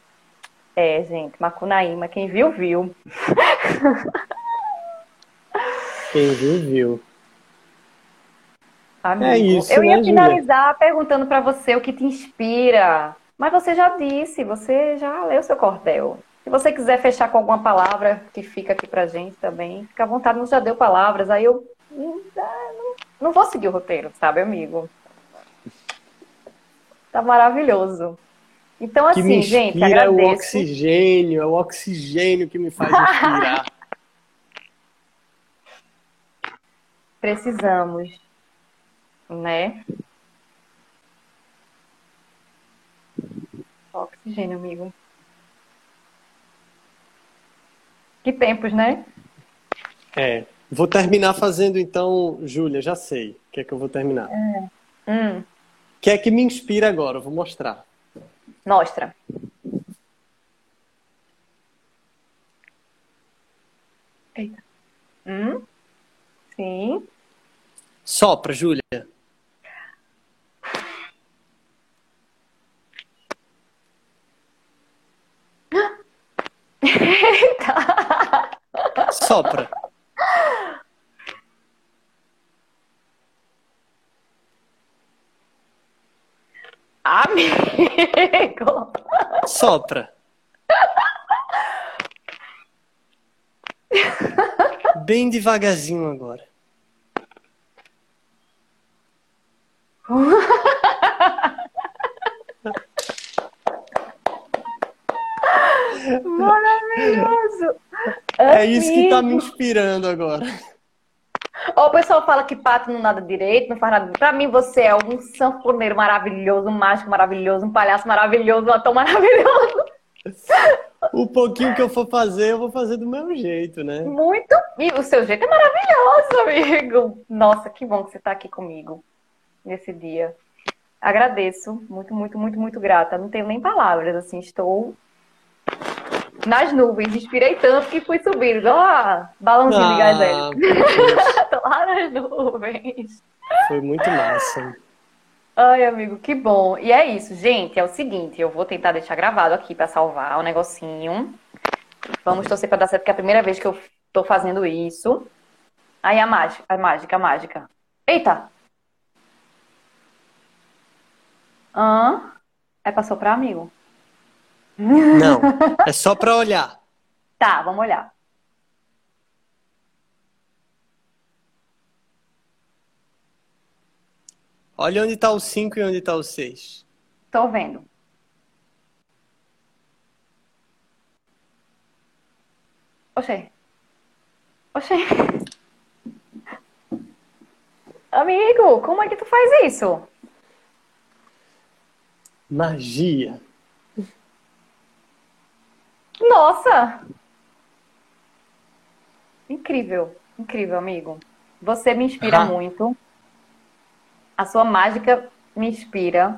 É, gente, Macunaíma, quem viu, viu. Quem viu, viu. Amigo. É isso, Eu ia né, Júlia? finalizar perguntando pra você o que te inspira. Mas você já disse, você já leu seu cordel. Se você quiser fechar com alguma palavra que fica aqui pra gente também, fica à vontade, não já deu palavras, aí eu não, não, não vou seguir o roteiro, sabe, amigo? Tá maravilhoso. Então, Que me assim, gente, inspira é o agradeço. oxigênio, é o oxigênio que me faz inspirar. Precisamos, né? Oxigênio, amigo. Que tempos, né? É. Vou terminar fazendo então, Júlia, já sei o que é que eu vou terminar. Hum. que é que me inspira agora? Eu vou mostrar. Mostra. Eita. Hum? Sim. Sopra, Júlia. Eita. Sopra. Amigo. Sopra. Bem devagarzinho agora. Maravilhoso. É isso que tá me Amigo. inspirando agora. Ó, o pessoal fala que pato não nada direito, não faz nada. Pra mim, você é um sanfoneiro maravilhoso, um mágico maravilhoso, um palhaço maravilhoso, um ator maravilhoso. O pouquinho que eu for fazer, eu vou fazer do meu jeito, né? Muito. E o seu jeito é maravilhoso, amigo. Nossa, que bom que você tá aqui comigo nesse dia. Agradeço. Muito, muito, muito, muito grata. Não tenho nem palavras, assim, estou nas nuvens. Inspirei tanto que fui subindo. Ó, balãozinho de gás hélio. Ah, poxa, Tô lá nas nuvens. foi muito massa. Ai, amigo, que bom. E é isso, gente. É o seguinte, eu vou tentar deixar gravado aqui pra salvar o negocinho. Vamos torcer pra dar certo, porque é a primeira vez que eu tô fazendo isso. Aí a mágica, a mágica, a mágica. Eita! Hã? É pra soprar, amigo? Não, é só pra olhar. Tá, vamos olhar. Olha onde tá o cinco e onde tá o seis. Tô vendo. Oxê. Oxê. Amigo, como é que tu faz isso? Magia. Nossa! Incrível, incrível, amigo. Você me inspira Ah. muito. A sua mágica me inspira.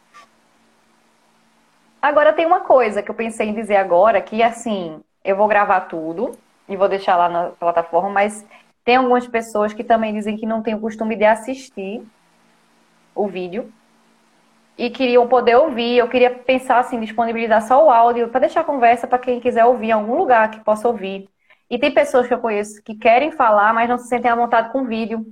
Agora tem uma coisa que eu pensei em dizer agora, que assim, eu vou gravar tudo e vou deixar lá na plataforma, mas tem algumas pessoas que também dizem que não têm o costume de assistir o vídeo e queriam poder ouvir. Eu queria pensar assim, disponibilizar só o áudio para deixar a conversa para quem quiser ouvir em algum lugar que possa ouvir. E tem pessoas que eu conheço que querem falar, mas não se sentem à vontade com o vídeo.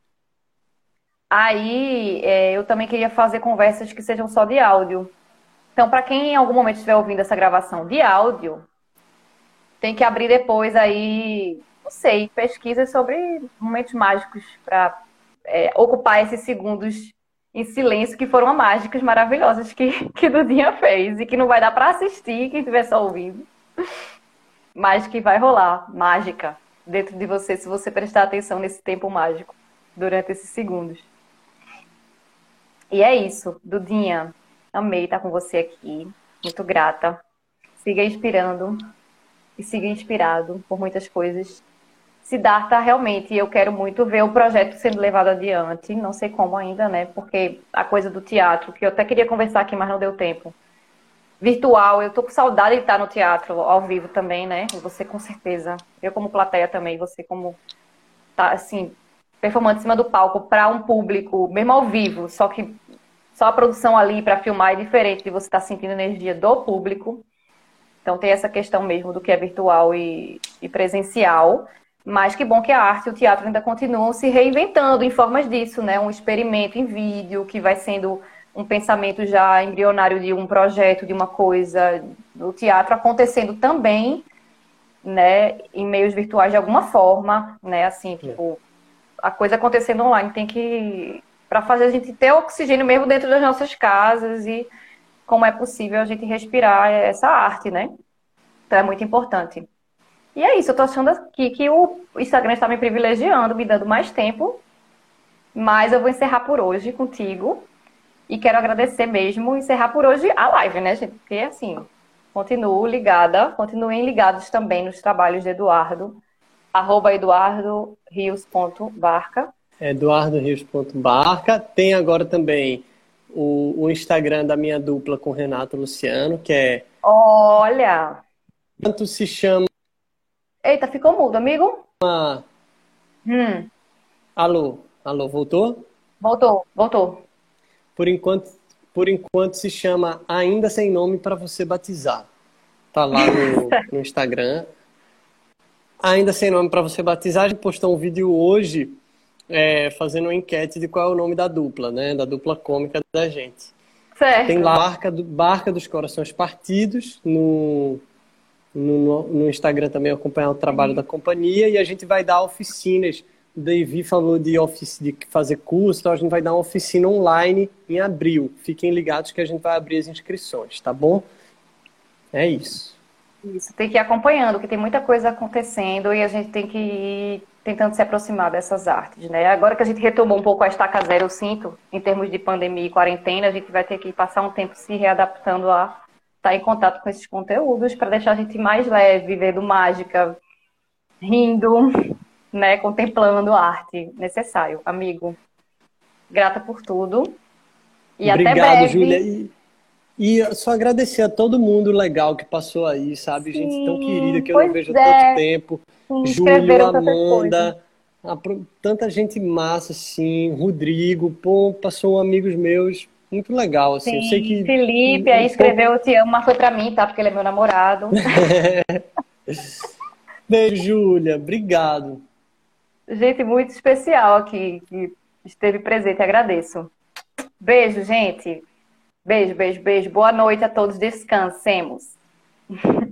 Aí, é, eu também queria fazer conversas que sejam só de áudio. Então, para quem em algum momento estiver ouvindo essa gravação de áudio, tem que abrir depois aí, não sei, pesquisas sobre momentos mágicos para é, ocupar esses segundos em silêncio, que foram mágicas maravilhosas que, que Dudinha fez e que não vai dar para assistir quem estiver só ouvindo, mas que vai rolar mágica dentro de você se você prestar atenção nesse tempo mágico durante esses segundos. E é isso, Dudinha. Amei estar com você aqui. Muito grata. Siga inspirando e siga inspirado por muitas coisas. Siddhartha, realmente, eu quero muito ver o projeto sendo levado adiante. Não sei como ainda, né? Porque a coisa do teatro, que eu até queria conversar aqui, mas não deu tempo. Virtual, eu tô com saudade de estar no teatro, ao vivo também, né? E você com certeza. Eu como plateia também, você como, tá, assim, performando em cima do palco para um público, mesmo ao vivo, só que só a produção ali para filmar é diferente de você estar sentindo a energia do público. Então tem essa questão mesmo do que é virtual e, e presencial. Mas que bom que a arte e o teatro ainda continuam se reinventando em formas disso, né? Um experimento em vídeo que vai sendo um pensamento já embrionário de um projeto, de uma coisa. O teatro acontecendo também, né? Em meios virtuais de alguma forma, né? Assim, tipo, a coisa acontecendo online tem que... para fazer a gente ter oxigênio mesmo dentro das nossas casas e como é possível a gente respirar essa arte, né? Então é muito importante. E é isso, eu tô achando aqui que o Instagram está me privilegiando, me dando mais tempo, mas eu vou encerrar por hoje contigo e quero agradecer mesmo, encerrar por hoje a live, né, gente? Porque assim, continuo ligada, continuem ligados também nos trabalhos de Eduardo, arroba eduardo rios ponto barca. eduardo rios ponto barca. Tem agora também o, o Instagram da minha dupla com o Renato Luciano, que é Olha! quanto se chama... Eita, ficou mudo, amigo? Hum, Alô, alô, voltou? voltou, voltou. Por enquanto, por enquanto se chama Ainda Sem Nome para Você Batizar. Tá lá no, no Instagram. Ainda Sem Nome para Você Batizar. A gente postou um vídeo hoje é, fazendo uma enquete de qual é o nome da dupla, né? Da dupla cômica da gente. Certo. Tem lá a Barca, do, Barca dos Corações Partidos no, no, no Instagram também, acompanhar o trabalho da companhia, e a gente vai dar oficinas. O Davi falou de, ofici, de fazer curso, então a gente vai dar uma oficina online em abril. Fiquem ligados que a gente vai abrir as inscrições, tá bom? É isso. Isso, tem que ir acompanhando, que tem muita coisa acontecendo e a gente tem que ir tentando se aproximar dessas artes, né? Agora que a gente retomou um pouco a estaca zero, eu sinto, em termos de pandemia e quarentena, a gente vai ter que passar um tempo se readaptando a estar em contato com esses conteúdos para deixar a gente mais leve, vendo mágica, rindo, né? Contemplando a arte. Necessário, amigo. Grata por tudo. E Obrigado, até breve. Júlia. E, e só agradecer a todo mundo legal que passou aí, sabe? Sim, gente tão querida que eu pois não vejo há é. tanto tempo. Sim, Júlio, escreveram tanta coisa. Amanda, a, tanta gente massa, assim. Rodrigo, pô, passou amigos meus. Muito legal, assim. Eu sei Sim, que Felipe um, aí um escreveu pouco... Eu Te Amo, mas foi pra mim, tá? Porque ele é meu namorado. Beijo, Júlia. Obrigado. Gente muito especial aqui, que esteve presente, agradeço. Beijo, gente. Beijo, beijo, beijo. Boa noite a todos, descansemos.